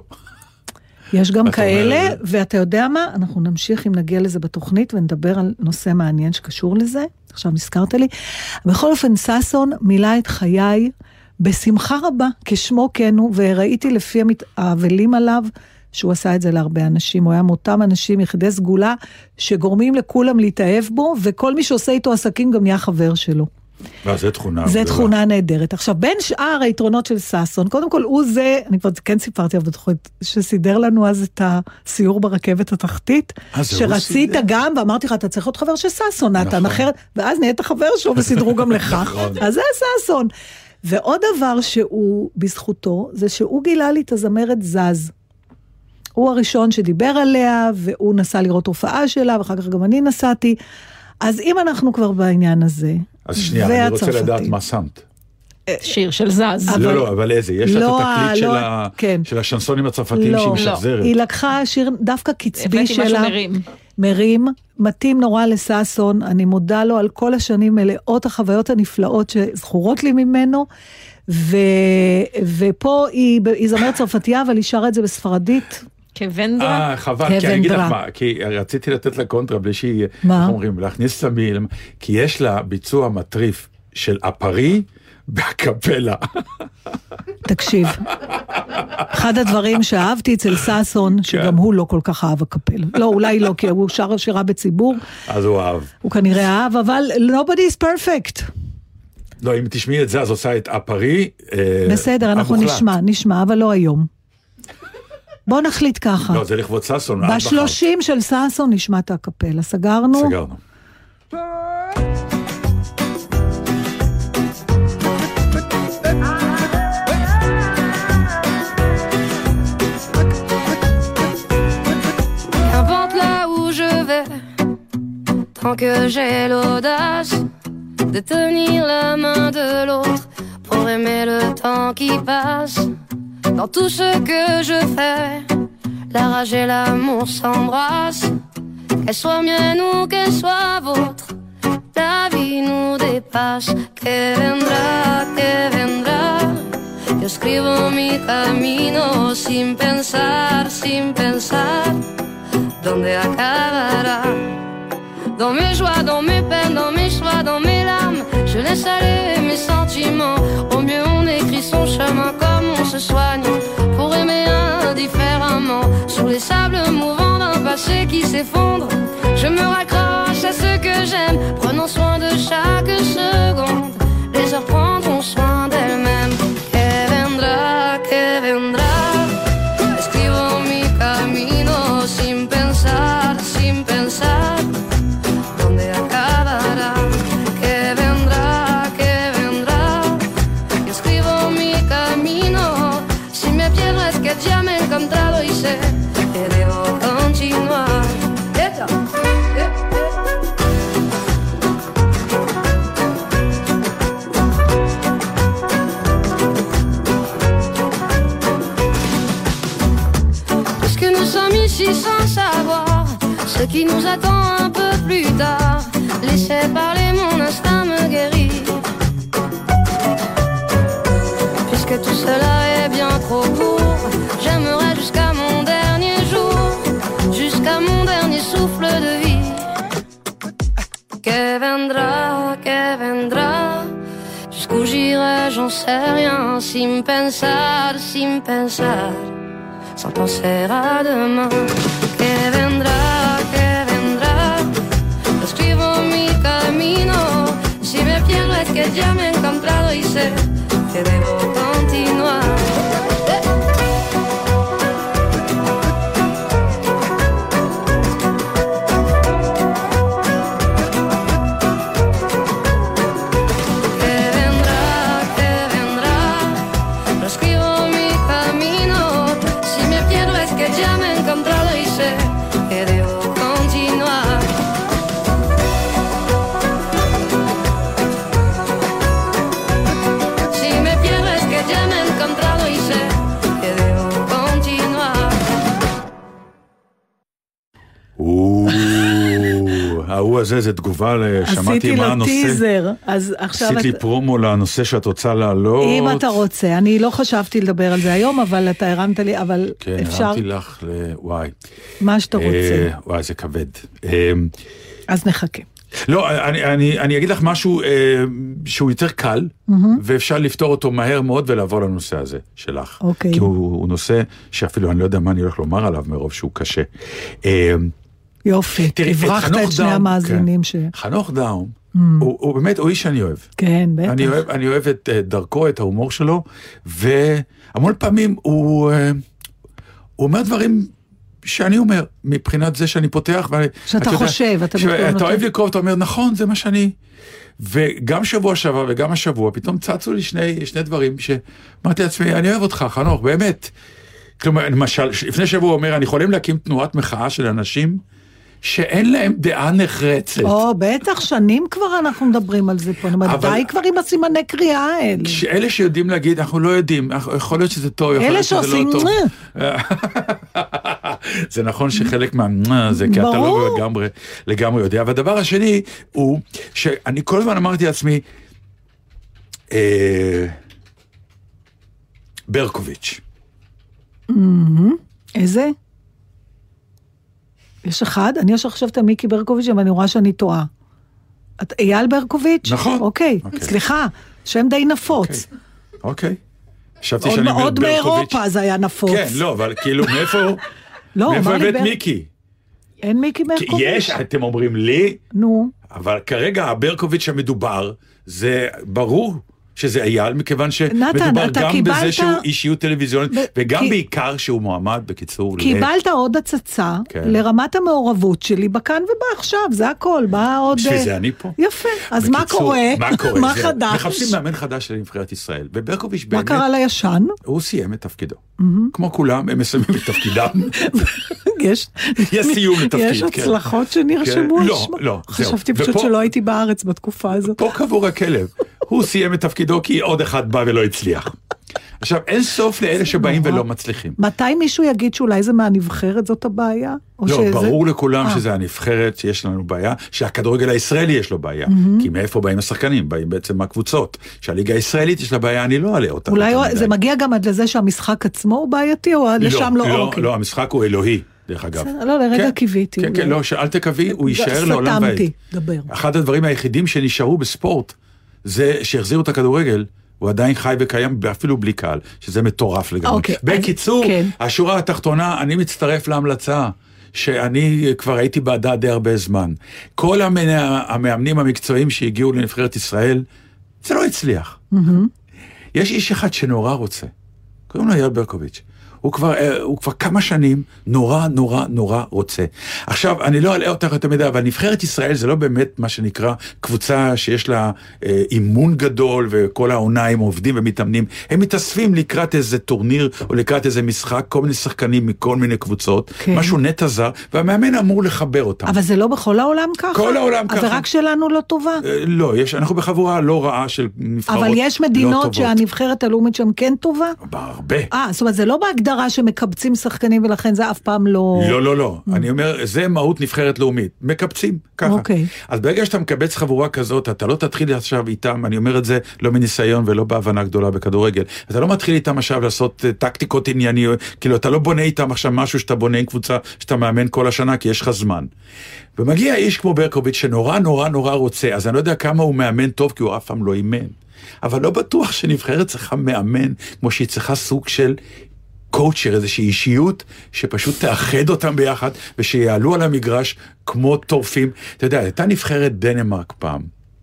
יש גם כאלה, אומר... ואתה יודע מה? אנחנו נמשיך אם נגיע לזה בתוכנית, ונדבר על נושא מעניין שקשור לזה. עכשיו נזכרת לי. בכל אופן, סאסון מילא את חיי, בשמחה רבה, כשמו כן הוא, וראיתי לפי האבלים עליו, שהוא עשה את זה להרבה אנשים, הוא היה מאותם אנשים, יחידי סגולה, שגורמים לכולם להתאהב בו, וכל מי שעושה איתו עסקים גם נהיה חבר שלו. וזה תכונה. זה תכונה נהדרת. עכשיו, בין שאר היתרונות של סאסון, קודם כל הוא זה, אני כבר כן סיפרתי עליו בתוכנית, שסידר לנו אז את הסיור ברכבת התחתית, שרצית גם, ואמרתי לך, אתה צריך להיות חבר של סאסון, נתן אחרת, ואז נהיית החבר שלו, וסידרו גם לך. אז זה סאסון. ועוד דבר שהוא בזכותו, זה שהוא גילה לי את הזמרת זז. הוא הראשון שדיבר עליה, והוא נסע לראות הופעה שלה, ואחר כך גם אני נסעתי. אז אם אנחנו כבר בעניין הזה, אז שנייה, אני רוצה לדעת מה שמת. שיר של זז. לא, לא, אבל איזה? יש לה את התקליט של השנסונים הצרפתיים שהיא משחזרת. היא לקחה שיר דווקא קצבי שלה. מרים, מתאים נורא לסאסון, אני מודה לו על כל השנים מלאות החוויות הנפלאות שזכורות לי ממנו, ו... ופה היא, היא זמרת צרפתיה, אבל היא שרה את זה בספרדית. כוונדרה? אה, חבל, כי אני אגיד לך מה, כי רציתי לתת לה קונטרה בלי שהיא, איך אומרים, להכניס למילים, כי יש לה ביצוע מטריף של אפרי, בהקפלה. תקשיב, אחד הדברים שאהבתי אצל סאסון, שגם הוא לא כל כך אהב הקפלה. לא, אולי לא, כי הוא שר שירה בציבור. אז הוא אהב. הוא כנראה אהב, אבל nobody is perfect. לא, אם תשמעי את זה, אז עושה את אפרי. בסדר, אנחנו נשמע, נשמע, אבל לא היום. בוא נחליט ככה. לא, זה לכבוד סאסון. בשלושים של סאסון נשמע את הקפלה. סגרנו? סגרנו. Tant que j'ai l'audace de tenir la main de l'autre pour aimer le temps qui passe. Dans tout ce que je fais, la rage et l'amour s'embrassent. Qu'elle soit mienne ou qu'elle soit vôtre, la vie nous dépasse. Que vendrá, que vendrá. Yo escribo mi camino sin pensar, sin pensar dónde acabará. Dans mes joies, dans mes peines, dans mes choix, dans mes larmes, je laisse aller mes sentiments. Au mieux on écrit son chemin comme on se soigne, pour aimer indifféremment. dit sans savoir ce qui nous attend un peu plus tard. Laissez parler, mon instinct me guérit. Puisque tout cela est bien trop court, j'aimerais jusqu'à mon dernier jour, jusqu'à mon dernier souffle de vie. Que vendra, que vendra, jusqu'où j'irai, j'en sais rien. Sin pensar, sin pensar, sans penser à demain. Que vendra, que vendra, escribo mi camino. Si me pierdo es que ya me he encontrado y sé que debo continuar. ההוא הזה, זה תגובה לשמעתי מה הנושא. עשיתי לו טיזר, אז עכשיו... עשית לי פרומו לנושא שאת רוצה לעלות. אם אתה רוצה, אני לא חשבתי לדבר על זה היום, אבל אתה הרמת לי, אבל כן, אפשר... כן, הרמתי לך ל... וואי. מה שאתה רוצה. וואי, זה כבד. אז נחכה. לא, אני, אני, אני אגיד לך משהו אה, שהוא יותר קל, mm-hmm. ואפשר לפתור אותו מהר מאוד ולעבור לנושא הזה שלך. אוקיי. כי הוא, הוא נושא שאפילו אני לא יודע מה אני הולך לומר עליו מרוב שהוא קשה. אה, יופי, תברחת את שני המאזינים ש... חנוך דאום, הוא באמת, הוא איש שאני אוהב. כן, בטח. אני אוהב את דרכו, את ההומור שלו, והמון פעמים הוא אומר דברים שאני אומר, מבחינת זה שאני פותח, שאתה חושב, אתה אתה אוהב לקרוא, אתה אומר, נכון, זה מה שאני... וגם שבוע שעבר וגם השבוע, פתאום צצו לי שני דברים שאמרתי לעצמי, אני אוהב אותך, חנוך, באמת. כלומר, למשל, לפני שבוע הוא אומר, אני יכולים להקים תנועת מחאה של אנשים שאין להם דעה נחרצת. או, בטח, שנים כבר אנחנו מדברים על זה פה. די כבר עם הסימני קריאה האלה. אלה שיודעים להגיד, אנחנו לא יודעים, יכול להיות שזה טוב, יכול להיות שזה לא טוב. אלה שעושים... זה נכון שחלק מה... זה כי אתה לא לגמרי, לגמרי יודע. והדבר השני הוא שאני כל הזמן אמרתי לעצמי, ברקוביץ'. איזה? יש אחד? אני יש חשבת מיקי ברקוביץ', אבל אני רואה שאני טועה. את אייל ברקוביץ'? נכון. אוקיי, סליחה, שם די נפוץ. אוקיי. חשבתי שאני אומר ברקוביץ'. עוד באירופה זה היה נפוץ. כן, לא, אבל כאילו מאיפה מאיפה הבאת מיקי? אין מיקי ברקוביץ'? יש, אתם אומרים לי. נו. אבל כרגע הברקוביץ' המדובר, זה ברור. שזה אייל, מכיוון שמדובר גם בזה שהוא אישיות טלוויזיונית, וגם בעיקר שהוא מועמד בקיצור. קיבלת עוד הצצה לרמת המעורבות שלי בכאן ובעכשיו, זה הכל, בא עוד... בשביל זה אני פה. יפה, אז מה קורה? מה חדש? מחפשים מאמן חדש של נבחרת ישראל, וברקוביץ' באמת... מה קרה לישן? הוא סיים את תפקידו. כמו כולם, הם מסיימים את תפקידם. יש סיום לתפקיד. יש הצלחות שנרשמו על שמו. לא, לא. חשבתי פשוט שלא הייתי בארץ בתקופה הזאת. פה קבור הכלב. הוא סיים את תפקידו כי עוד אחד בא ולא הצליח. עכשיו, אין סוף לאלה שבאים ולא מצליחים. מתי מישהו יגיד שאולי זה מהנבחרת זאת הבעיה? לא, ברור לכולם שזה הנבחרת, שיש לנו בעיה, שהכדורגל הישראלי יש לו בעיה. כי מאיפה באים השחקנים? באים בעצם מהקבוצות. שהליגה הישראלית יש לה בעיה, אני לא אעלה אותה. אולי זה מגיע גם עד לזה שהמשחק עצמו הוא בעייתי, או לשם לא אוקיי? לא, המשחק הוא אלוהי. דרך אגב. לא, לרגע קיוויתי. כן, כן, לא, אל תקווי, הוא יישאר לעולם ועד. אחד הדברים היחידים שנשארו בספורט, זה שהחזירו את הכדורגל, הוא עדיין חי וקיים אפילו בלי קהל, שזה מטורף לגמרי. Okay, בקיצור, אז, כן. השורה התחתונה, אני מצטרף להמלצה, שאני כבר הייתי בעדה די הרבה זמן. כל המאמנים המקצועיים שהגיעו לנבחרת ישראל, זה לא הצליח. Mm-hmm. יש איש אחד שנורא רוצה, קוראים לו אייל ברקוביץ'. הוא כבר, הוא כבר כמה שנים נורא, נורא, נורא רוצה. עכשיו, אני לא אלאה אותך את המידע, אבל נבחרת ישראל זה לא באמת מה שנקרא קבוצה שיש לה אה, אימון גדול, וכל העוניים עובדים ומתאמנים. הם מתאספים לקראת איזה טורניר, או לקראת איזה משחק, כל מיני שחקנים מכל מיני קבוצות, כן. משהו נטע זר, והמאמן אמור לחבר אותם. אבל זה לא בכל העולם ככה? כל העולם ככה. אבל רק שלנו לא טובה? אה, לא, יש, אנחנו בחבורה לא רעה של נבחרות לא טובות. אבל יש מדינות שהנבחרת הלאומית שם כן טובה? בהרבה. אה, זאת אומרת, זה לא בהגדרה. הגדרה שמקבצים שחקנים, ולכן זה אף פעם לא... לא, לא, לא. אני אומר, זה מהות נבחרת לאומית. מקבצים, ככה. אוקיי. אז ברגע שאתה מקבץ חבורה כזאת, אתה לא תתחיל עכשיו איתם, אני אומר את זה לא מניסיון ולא בהבנה גדולה בכדורגל. אתה לא מתחיל איתם עכשיו לעשות טקטיקות ענייניות, כאילו אתה לא בונה איתם עכשיו משהו שאתה בונה עם קבוצה שאתה מאמן כל השנה, כי יש לך זמן. ומגיע איש כמו ברקוביץ' שנורא נורא נורא רוצה, אז אני לא יודע כמה הוא מאמן טוב, כי הוא אף פעם לא אימן. אבל לא בטוח שנבחרת צריכה מאמן, כמו שהיא צריכה סוג של קואוצ'ר, איזושהי אישיות, שפשוט תאחד אותם ביחד, ושיעלו על המגרש כמו טורפים. אתה יודע, הייתה נבחרת דנמרק פעם,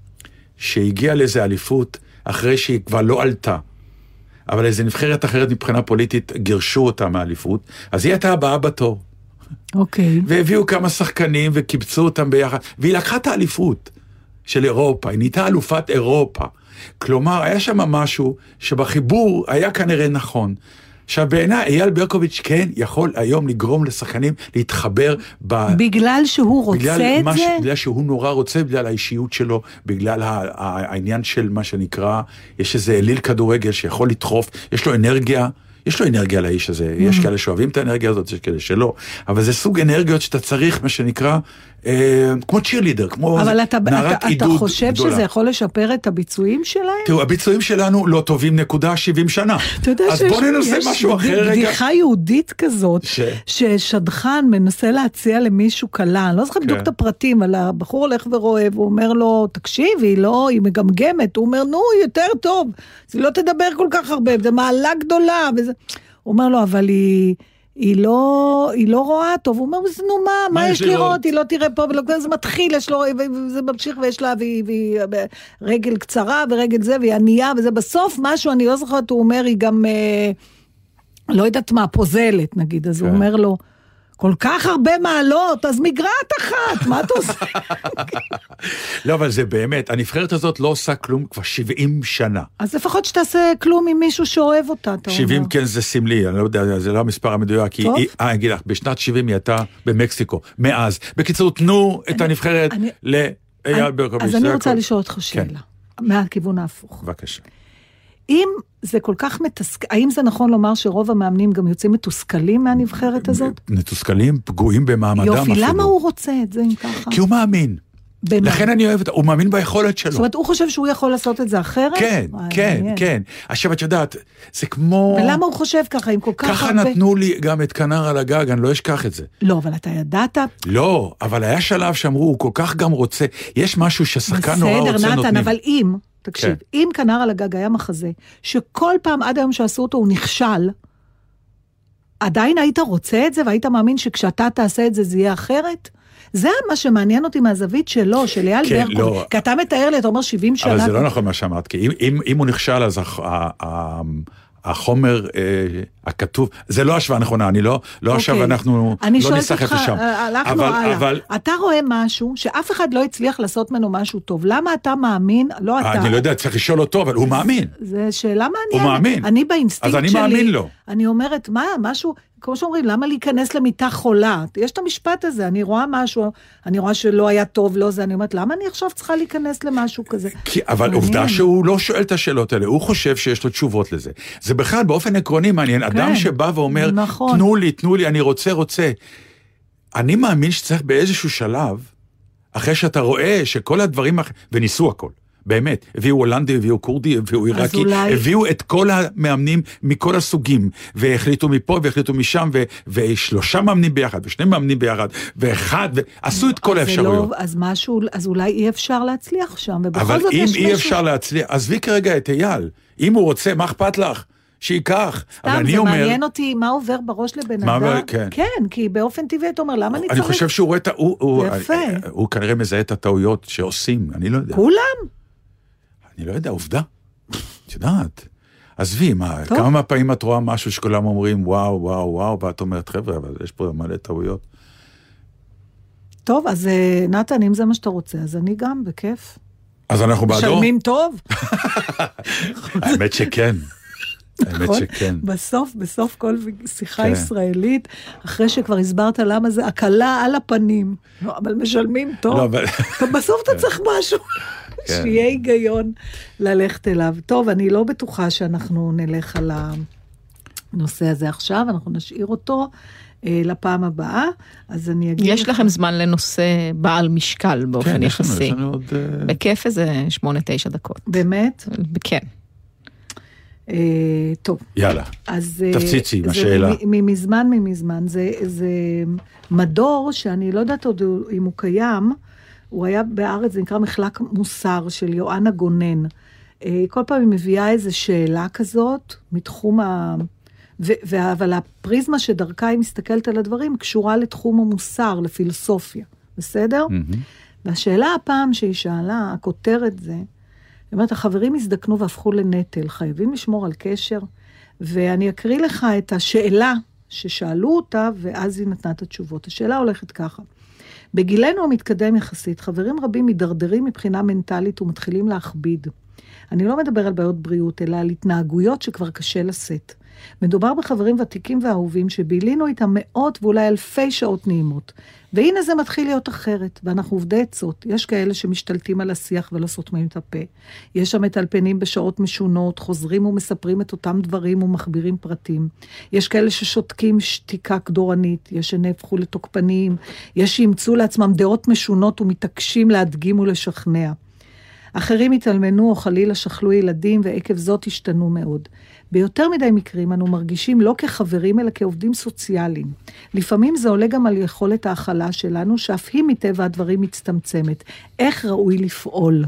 שהגיעה לאיזו אליפות, אחרי שהיא כבר לא עלתה. אבל איזו נבחרת אחרת מבחינה פוליטית, גירשו אותה מהאליפות, אז היא הייתה הבאה בתור. אוקיי. והביאו כמה שחקנים, וקיבצו אותם ביחד, והיא לקחה את האליפות של אירופה, היא נהייתה אלופת אירופה. כלומר, היה שם משהו שבחיבור היה כנראה נכון. עכשיו, בעיניי, אייל ברקוביץ' כן יכול היום לגרום לשחקנים להתחבר ב... בגלל שהוא רוצה בגלל את מה, זה? בגלל שהוא נורא רוצה, בגלל האישיות שלו, בגלל העניין של מה שנקרא, יש איזה אליל כדורגל שיכול לדחוף, יש לו אנרגיה, יש לו אנרגיה לאיש הזה, יש כאלה שאוהבים את האנרגיה הזאת, יש כאלה שלא, אבל זה סוג אנרגיות שאתה צריך, מה שנקרא, אה, כמו צ'ירלידר, כמו אבל אתה, נערת אתה, עידוד אתה חושב גדולה. שזה יכול לשפר את הביצועים שלהם? תראו, הביצועים שלנו לא טובים נקודה שבעים שנה. אתה יודע אז בוא ננסה משהו אחר רגע. בדיחה יהודית כזאת, ש... ששדכן מנסה להציע למישהו קלה, אני לא זוכר בדיוק את הפרטים, אבל הבחור הולך ורואה, והוא אומר לו, תקשיב, היא לא, היא מגמגמת, הוא אומר, נו, יותר טוב, היא לא תדבר כל כך הרבה, זה מעלה גדולה, וזה... הוא אומר לו, אבל היא, היא, לא, היא לא רואה טוב. הוא אומר, נו מה, מה, מה יש לראות? היא לא תראה פה, וזה מתחיל, יש לו, וזה ממשיך ויש לה, והיא, והיא רגל קצרה ורגל זה, והיא ענייה, וזה בסוף משהו, אני לא זוכרת, הוא אומר, היא גם, אה, לא יודעת מה, פוזלת, נגיד, אז כן. הוא אומר לו, כל כך הרבה מעלות, אז מגרעת אחת, מה אתה עושה? לא, אבל זה באמת, הנבחרת הזאת לא עושה כלום כבר שבעים שנה. אז לפחות שתעשה כלום עם מישהו שאוהב אותה, אתה אומר. שבעים כן זה סמלי, אני לא יודע, זה לא המספר המדויק, כי, היא, אה, אני אגיד לך, בשנת שבעים היא הייתה במקסיקו, מאז. בקיצור, תנו את הנבחרת לאייל ברקוביץ'. אז אני רוצה לשאול אותך שאלה, מהכיוון ההפוך. בבקשה. אם זה כל כך מתסכל, האם זה נכון לומר שרוב המאמנים גם יוצאים מתוסכלים מהנבחרת הזאת? מתוסכלים, פגועים במעמדם. יופי, למה הוא רוצה את זה אם ככה? כי הוא מאמין. לכן אני אוהב את זה, הוא מאמין ביכולת שלו. זאת אומרת, הוא חושב שהוא יכול לעשות את זה אחרת? כן, כן, כן. עכשיו את יודעת, זה כמו... ולמה הוא חושב ככה, אם כל כך הרבה... ככה נתנו לי גם את כנר על הגג, אני לא אשכח את זה. לא, אבל אתה ידעת? לא, אבל היה שלב שאמרו, הוא כל כך גם רוצה, יש משהו ששחקן נורא רוצה נותנים. בסדר, נתן, אבל אם... תקשיב, כן. אם כנר על הגג היה מחזה, שכל פעם עד היום שעשו אותו הוא נכשל, עדיין היית רוצה את זה, והיית מאמין שכשאתה תעשה את זה, זה יהיה אחרת? זה מה שמעניין אותי מהזווית שלו, של אייל כן, ברקוביץ'. לא. כי אתה מתאר לי, אתה אומר שבעים שנה. אבל זה לא נכון מה שאמרת, כי אם, אם, אם הוא נכשל, אז הח, ה, ה, החומר אה, הכתוב, זה לא השוואה נכונה, אני לא, לא okay. עכשיו אנחנו אני לא נסחף לשם. הלכנו הלאה. אבל... אתה רואה משהו שאף אחד לא הצליח לעשות ממנו משהו טוב. למה אתה מאמין? לא אתה. אני לא יודע, צריך לשאול אותו, אבל הוא מאמין. זו שאלה מעניינת. הוא מאמין. אני באינסטינקט שלי. אז אני מאמין לו. אני אומרת, מה, משהו, כמו שאומרים, למה להיכנס למיטה חולה? יש את המשפט הזה, אני רואה משהו, אני רואה שלא היה טוב, לא זה, אני אומרת, למה אני עכשיו צריכה להיכנס למשהו כזה? כי, אבל מעניין. עובדה שהוא לא שואל את השאלות האלה, הוא חושב שיש לו תשובות לזה. זה בכלל באופן עקרוני מעניין, כן. אדם שבא ואומר, נכון. תנו לי, תנו לי, אני רוצה, רוצה. אני מאמין שצריך באיזשהו שלב, אחרי שאתה רואה שכל הדברים, וניסו הכל. באמת, הביאו הולנדי, הביאו קורדי, הביאו עיראקי, אולי... הביאו את כל המאמנים מכל הסוגים, והחליטו מפה והחליטו משם, ו... ושלושה מאמנים ביחד, ושני מאמנים ביחד, ואחד, ועשו את כל האפשרויות. לא, אז משהו, אז אולי אי אפשר להצליח שם, אבל אם אי אפשר להצליח, עזבי כרגע את אייל, אם הוא רוצה, מה אכפת לך? שייקח. סתם, זה אומר... מעניין אותי מה עובר בראש לבן מה, אדם. כן. כן, כי באופן טבעי אתה אומר, למה אני צריך? אני חושב שהוא רואה את ה... הוא, הוא, יפה. הוא, הוא כנראה מזהה את הטעויות שעושים, אני לא יודע. כולם? אני לא יודע, עובדה. את יודעת. עזבי, מה, כמה מהפעמים את רואה משהו שכולם אומרים, וואו, וואו, וואו, ואת אומרת, חבר'ה, אבל יש פה מלא טעויות. טוב, אז נתן, אם זה מה שאתה רוצה, אז אני גם, בכיף. אז אנחנו בעדו? משלמים טוב? האמת שכן. האמת שכן. בסוף, בסוף כל שיחה ישראלית, אחרי שכבר הסברת למה זה הקלה על הפנים, אבל משלמים טוב. בסוף אתה צריך משהו. שיהיה היגיון ללכת אליו. טוב, אני לא בטוחה שאנחנו נלך על, ה... הנושא הזה עכשיו, אנחנו נשאיר אותו אה, לפעם הבאה, אז אני אגיד... יש לך... לכם זמן לנושא בעל משקל באופן כן, יחסי. יש לנו עוד... בכיף איזה שמונה, תשע דקות. באמת? כן. אה, טוב. יאללה, אז, תפציצי עם זה, השאלה. ממזמן, ממזמן, זה, זה מדור שאני לא יודעת עוד אם הוא קיים, הוא היה בארץ, זה נקרא מחלק מוסר של יואנה גונן. כל פעם היא מביאה איזו שאלה כזאת, מתחום ה... ו... ו... אבל הפריזמה שדרכה היא מסתכלת על הדברים, קשורה לתחום המוסר, לפילוסופיה. בסדר? Mm-hmm. והשאלה הפעם שהיא שאלה, הכותרת זה, זאת אומרת, החברים הזדקנו והפכו לנטל, חייבים לשמור על קשר, ואני אקריא לך את השאלה ששאלו אותה, ואז היא נתנה את התשובות. השאלה הולכת ככה. בגילנו המתקדם יחסית, חברים רבים מדרדרים מבחינה מנטלית ומתחילים להכביד. אני לא מדבר על בעיות בריאות, אלא על התנהגויות שכבר קשה לשאת. מדובר בחברים ותיקים ואהובים שבילינו איתם מאות ואולי אלפי שעות נעימות. והנה זה מתחיל להיות אחרת, ואנחנו עובדי עצות. יש כאלה שמשתלטים על השיח ולא סותמים את הפה. יש שם מטלפנים בשעות משונות, חוזרים ומספרים את אותם דברים ומחבירים פרטים. יש כאלה ששותקים שתיקה קדורנית, יש שנהפכו לתוקפניים, יש שימצאו לעצמם דעות משונות ומתעקשים להדגים ולשכנע. אחרים התעלמנו או חלילה שכלו ילדים ועקב זאת השתנו מאוד. ביותר מדי מקרים אנו מרגישים לא כחברים אלא כעובדים סוציאליים. לפעמים זה עולה גם על יכולת ההכלה שלנו שאף היא מטבע הדברים מצטמצמת. איך ראוי לפעול?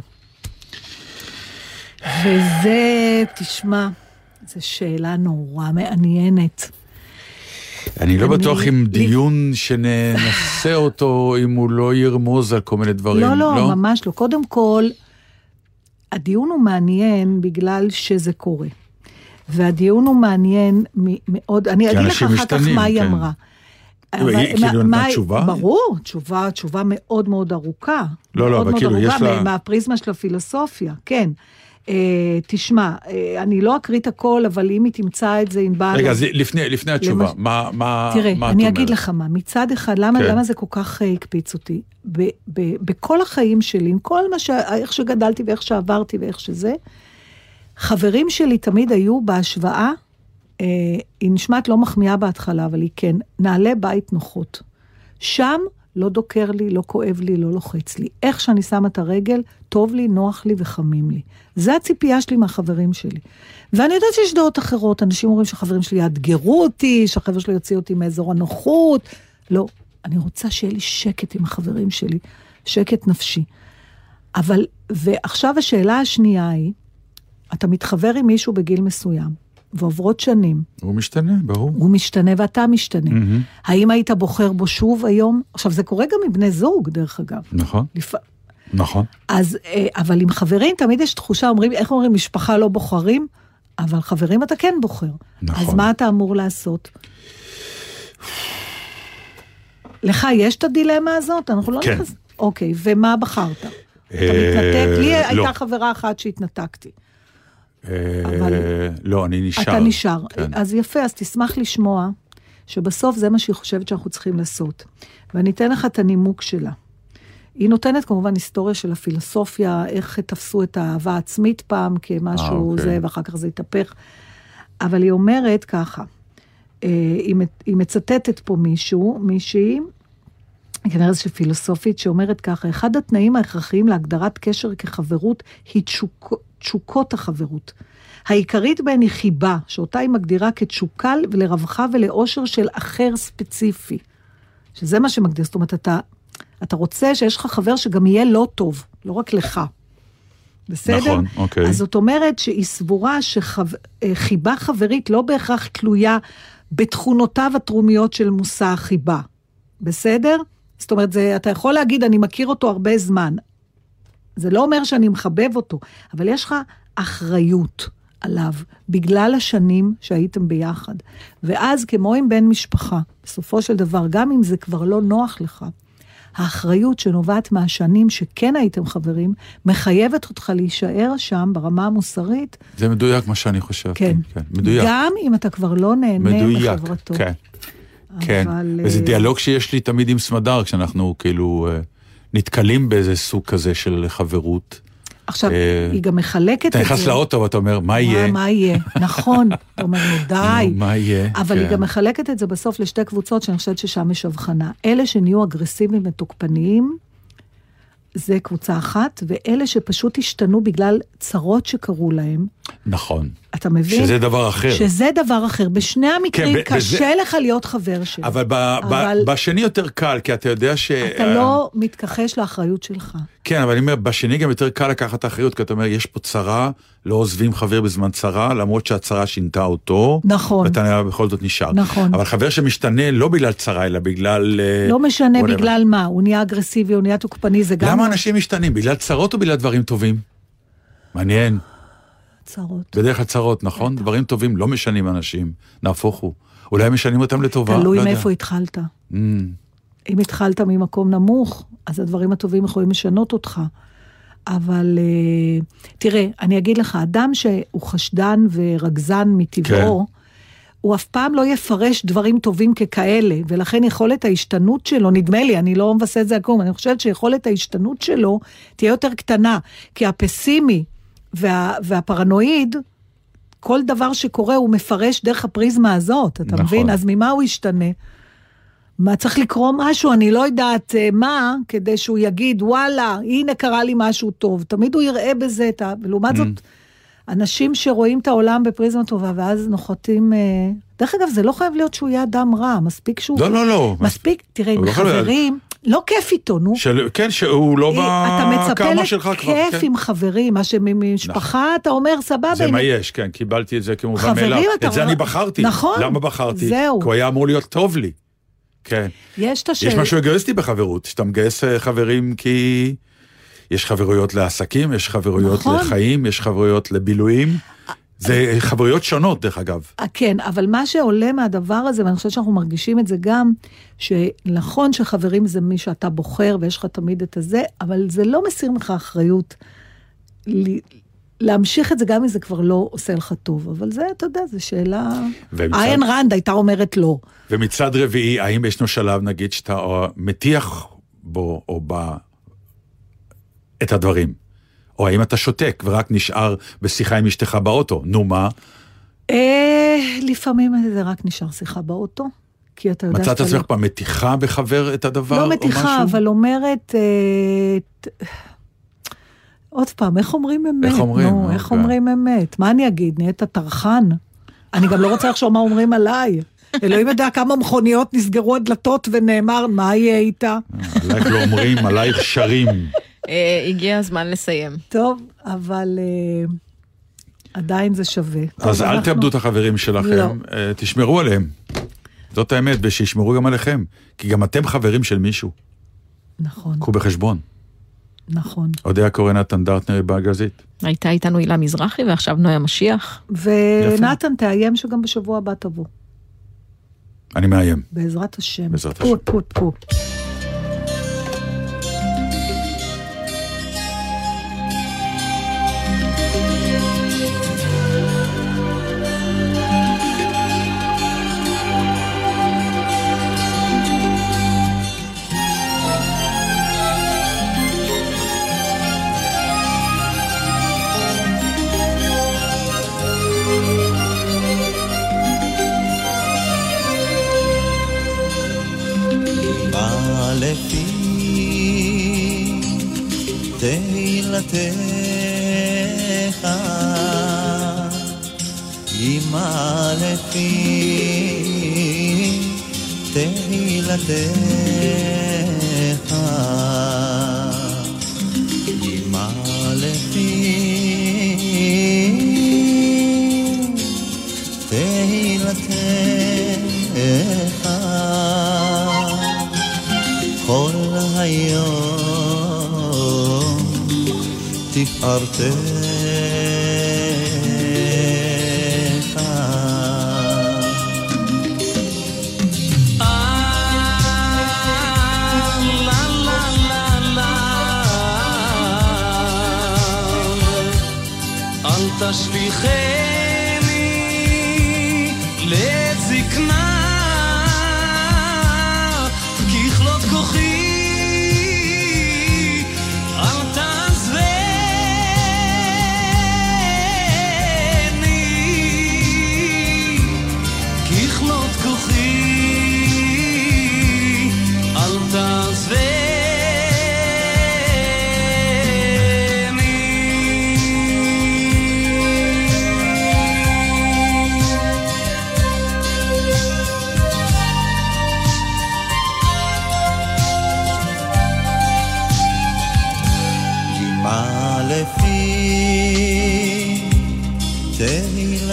וזה, תשמע, זו שאלה נורא מעניינת. אני לא בטוח עם דיון שננסה אותו אם הוא לא ירמוז על כל מיני דברים. לא, לא, ממש לא. קודם כל, הדיון הוא מעניין בגלל שזה קורה. והדיון הוא מעניין מאוד, אני אגיד לך אחר כך מה היא אמרה. כאילו נתנה תשובה? ברור, תשובה, תשובה מאוד מאוד ארוכה. לא, לא, אבל כאילו יש לה... מהפריזמה של הפילוסופיה, כן. תשמע, אני לא אקריא את הכל, אבל אם היא תמצא את זה עם בעל... רגע, לפני התשובה, מה את אומרת? תראה, אני אגיד לך מה, מצד אחד, למה זה כל כך הקפיץ אותי? בכל החיים שלי, עם כל מה ש... איך שגדלתי ואיך שעברתי ואיך שזה, חברים שלי תמיד היו בהשוואה, אה, היא נשמעת לא מחמיאה בהתחלה, אבל היא כן, נעלי בית נוחות. שם לא דוקר לי, לא כואב לי, לא לוחץ לי. איך שאני שמה את הרגל, טוב לי, נוח לי וחמים לי. זה הציפייה שלי מהחברים שלי. ואני יודעת שיש דעות אחרות, אנשים אומרים שחברים שלי יאתגרו אותי, שהחבר שלי יוציא אותי מאזור הנוחות. לא, אני רוצה שיהיה לי שקט עם החברים שלי, שקט נפשי. אבל, ועכשיו השאלה השנייה היא, אתה מתחבר עם מישהו בגיל מסוים, ועוברות שנים. הוא משתנה, ברור. הוא משתנה ואתה משתנה. Mm-hmm. האם היית בוחר בו שוב היום? עכשיו, זה קורה גם עם בני זוג, דרך אגב. נכון. לפ... נכון. אז, אבל עם חברים, תמיד יש תחושה, אומרים, איך אומרים, משפחה לא בוחרים, אבל חברים אתה כן בוחר. נכון. אז מה אתה אמור לעשות? לך יש את הדילמה הזאת? אנחנו לא כן. נכנס... אוקיי, ומה בחרת? אתה מתנתק? לי הייתה חברה אחת שהתנתקתי. אבל... לא, אני נשאר. אתה נשאר. כן. אז יפה, אז תשמח לשמוע שבסוף זה מה שהיא חושבת שאנחנו צריכים לעשות. ואני אתן לך את הנימוק שלה. היא נותנת כמובן היסטוריה של הפילוסופיה, איך תפסו את האהבה העצמית פעם כמשהו אוקיי. זה, ואחר כך זה יתהפך. אבל היא אומרת ככה, היא מצטטת פה מישהו, מישהי, כנראה זה פילוסופית, שאומרת ככה, אחד התנאים ההכרחיים להגדרת קשר כחברות היא תשוק, תשוקות החברות. העיקרית בהן היא חיבה, שאותה היא מגדירה כתשוקה ולרווחה ולאושר של אחר ספציפי. שזה מה שמגדיר, זאת אומרת, אתה, אתה רוצה שיש לך חבר שגם יהיה לא טוב, לא רק לך. בסדר? נכון, אוקיי. אז זאת אומרת שהיא סבורה שחיבה חברית לא בהכרח תלויה בתכונותיו התרומיות של מושא החיבה. בסדר? זאת אומרת, זה, אתה יכול להגיד, אני מכיר אותו הרבה זמן. זה לא אומר שאני מחבב אותו, אבל יש לך אחריות עליו, בגלל השנים שהייתם ביחד. ואז כמו עם בן משפחה, בסופו של דבר, גם אם זה כבר לא נוח לך, האחריות שנובעת מהשנים שכן הייתם חברים, מחייבת אותך להישאר שם ברמה המוסרית. זה מדויק מה שאני חושב. כן. כן, מדויק. גם אם אתה כבר לא נהנה מדויק, מחברתו. כן. כן, אבל... וזה דיאלוג שיש לי תמיד עם סמדר, כשאנחנו כאילו נתקלים באיזה סוג כזה של חברות. עכשיו, היא גם מחלקת את זה. אתה נכנס לאוטו ואתה אומר, מה יהיה? מה יהיה? נכון. אתה אומר, נו, די. מה יהיה? אבל היא גם מחלקת את זה בסוף לשתי קבוצות, שאני חושבת ששם יש הבחנה. אלה שנהיו אגרסיביים ותוקפניים, זה קבוצה אחת, ואלה שפשוט השתנו בגלל צרות שקרו להם. נכון. אתה מבין? שזה דבר אחר. שזה דבר אחר. בשני המקרים כן, קשה בזה... לך להיות חבר שלי. אבל, ב, אבל... ב, בשני יותר קל, כי אתה יודע ש... אתה לא מתכחש לאחריות שלך. כן, אבל אני אומר, בשני גם יותר קל לקחת האחריות, כי אתה אומר, יש פה צרה, לא עוזבים חבר בזמן צרה, למרות שהצרה שינתה אותו. נכון. ואתה בכל זאת נשאר. נכון. אבל חבר שמשתנה לא בגלל צרה, אלא בגלל... לא משנה בגלל מה, הוא נהיה אגרסיבי, הוא נהיה תוקפני, זה גם... למה אנשים משתנים? בגלל צרות או בגלל דברים טובים? מעניין. צרות. בדרך כלל צרות, נכון? דברים טובים לא משנים אנשים, נהפוך הוא. אולי משנים אותם לטובה. תלוי מאיפה התחלת. אם התחלת ממקום נמוך, אז הדברים הטובים יכולים לשנות אותך. אבל תראה, אני אגיד לך, אדם שהוא חשדן ורגזן מטבעו, הוא אף פעם לא יפרש דברים טובים ככאלה, ולכן יכולת ההשתנות שלו, נדמה לי, אני לא מבסס את זה הכום, אני חושבת שיכולת ההשתנות שלו תהיה יותר קטנה, כי הפסימי וה, והפרנואיד, כל דבר שקורה הוא מפרש דרך הפריזמה הזאת, אתה נכון. מבין? אז ממה הוא ישתנה? מה צריך לקרוא משהו, אני לא יודעת מה, כדי שהוא יגיד, וואלה, הנה קרה לי משהו טוב, תמיד הוא יראה בזה, את ה... ולעומת mm. זאת, אנשים שרואים את העולם בפריזמה טובה, ואז נוחתים... דרך אגב, זה לא חייב להיות שהוא יהיה אדם רע, מספיק שהוא... לא, לא, לא. מספיק, תראה, עם חברים, לא כיף איתו, נו. כן, שהוא לא בקרמה שלך כבר. אתה מצפה לכיף עם חברים, מה שממשפחה, אתה אומר, סבבה. זה מה יש, כן, קיבלתי את זה כמובן מאליו. את זה אני בחרתי. נכון. למה בחרתי? זהו. כי הוא היה אמור להיות טוב לי. כן. יש את השאלה. יש משהו אגואיסטי בחברות, שאתה מגייס חברים כי... יש חברויות לעסקים, יש חברויות נכון. לחיים, יש חברויות לבילויים, זה חברויות שונות דרך אגב. כן, אבל מה שעולה מהדבר הזה, ואני חושבת שאנחנו מרגישים את זה גם, שנכון שחברים זה מי שאתה בוחר, ויש לך תמיד את הזה, אבל זה לא מסיר לך אחריות, להמשיך את זה גם אם זה כבר לא עושה לך טוב, אבל זה, אתה יודע, זו שאלה... ומצד... איין רנד הייתה אומרת לא. ומצד רביעי, האם ישנו שלב, נגיד, שאתה מטיח בו, או ב... את הדברים. או האם אתה שותק ורק נשאר בשיחה עם אשתך באוטו? נו מה? אה, לפעמים זה רק נשאר שיחה באוטו. כי אתה יודע... מצאת עצמך פעם מתיחה בחבר את הדבר? לא מתיחה, אבל אומרת... עוד פעם, איך אומרים אמת? איך אומרים? נו, איך אומרים אמת? מה אני אגיד? נהיית טרחן? אני גם לא רוצה לחשוב מה אומרים עליי. אלוהים יודע כמה מכוניות נסגרו הדלתות ונאמר, מה יהיה איתה? עלייך לא אומרים, עלייך שרים. הגיע הזמן לסיים. טוב, אבל עדיין זה שווה. אז אל תאבדו את החברים שלכם, תשמרו עליהם. זאת האמת, ושישמרו גם עליכם. כי גם אתם חברים של מישהו. נכון. קחו בחשבון. נכון. אודיה קורן, נתן דרטנר בגזית. הייתה איתנו הילה מזרחי, ועכשיו נויה משיח. ונתן, תאיים שגם בשבוע הבא תבוא. אני מאיים. בעזרת השם. בעזרת השם. פו, פו, פו. תהילתך אימא לפי תהילתך אימא לפי תהילתך כל היום תפארתך אל תשליכני לעת זקנה ככלות כוחי אל תעזבני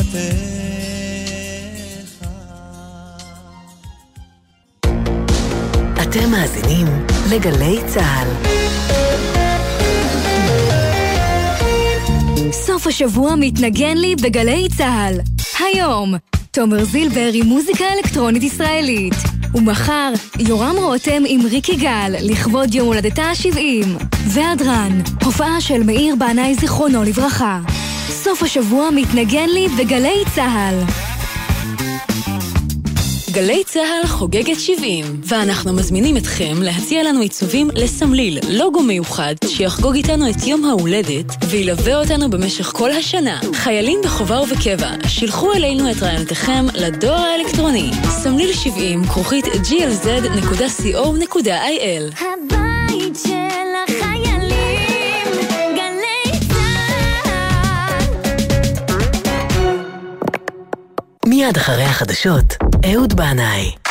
אתם מאזינים לגלי צהל. סוף השבוע מתנגן לי בגלי צהל. היום, תומר זילבר עם מוזיקה אלקטרונית ישראלית. ומחר, יורם רותם עם ריקי גל, לכבוד יום הולדתה ה-שבעים. והדרן, הופעה של מאיר בנאי זיכרונו לברכה. סוף השבוע מתנגן לי בגלי צהל. גלי צהל חוגגת שבעים, ואנחנו מזמינים אתכם להציע לנו עיצובים לסמליל, לוגו מיוחד שיחגוג איתנו את יום ההולדת וילווה אותנו במשך כל השנה. חיילים בחובה ובקבע, שילחו אלינו את רעיונותיכם לדואר האלקטרוני סמליל שבעים כרוכית ג'י אל זד נקודה סי או נקודה איי אל. הבית של החיילים, גלי צהל. מיד אחרי החדשות, אהוד בנאי.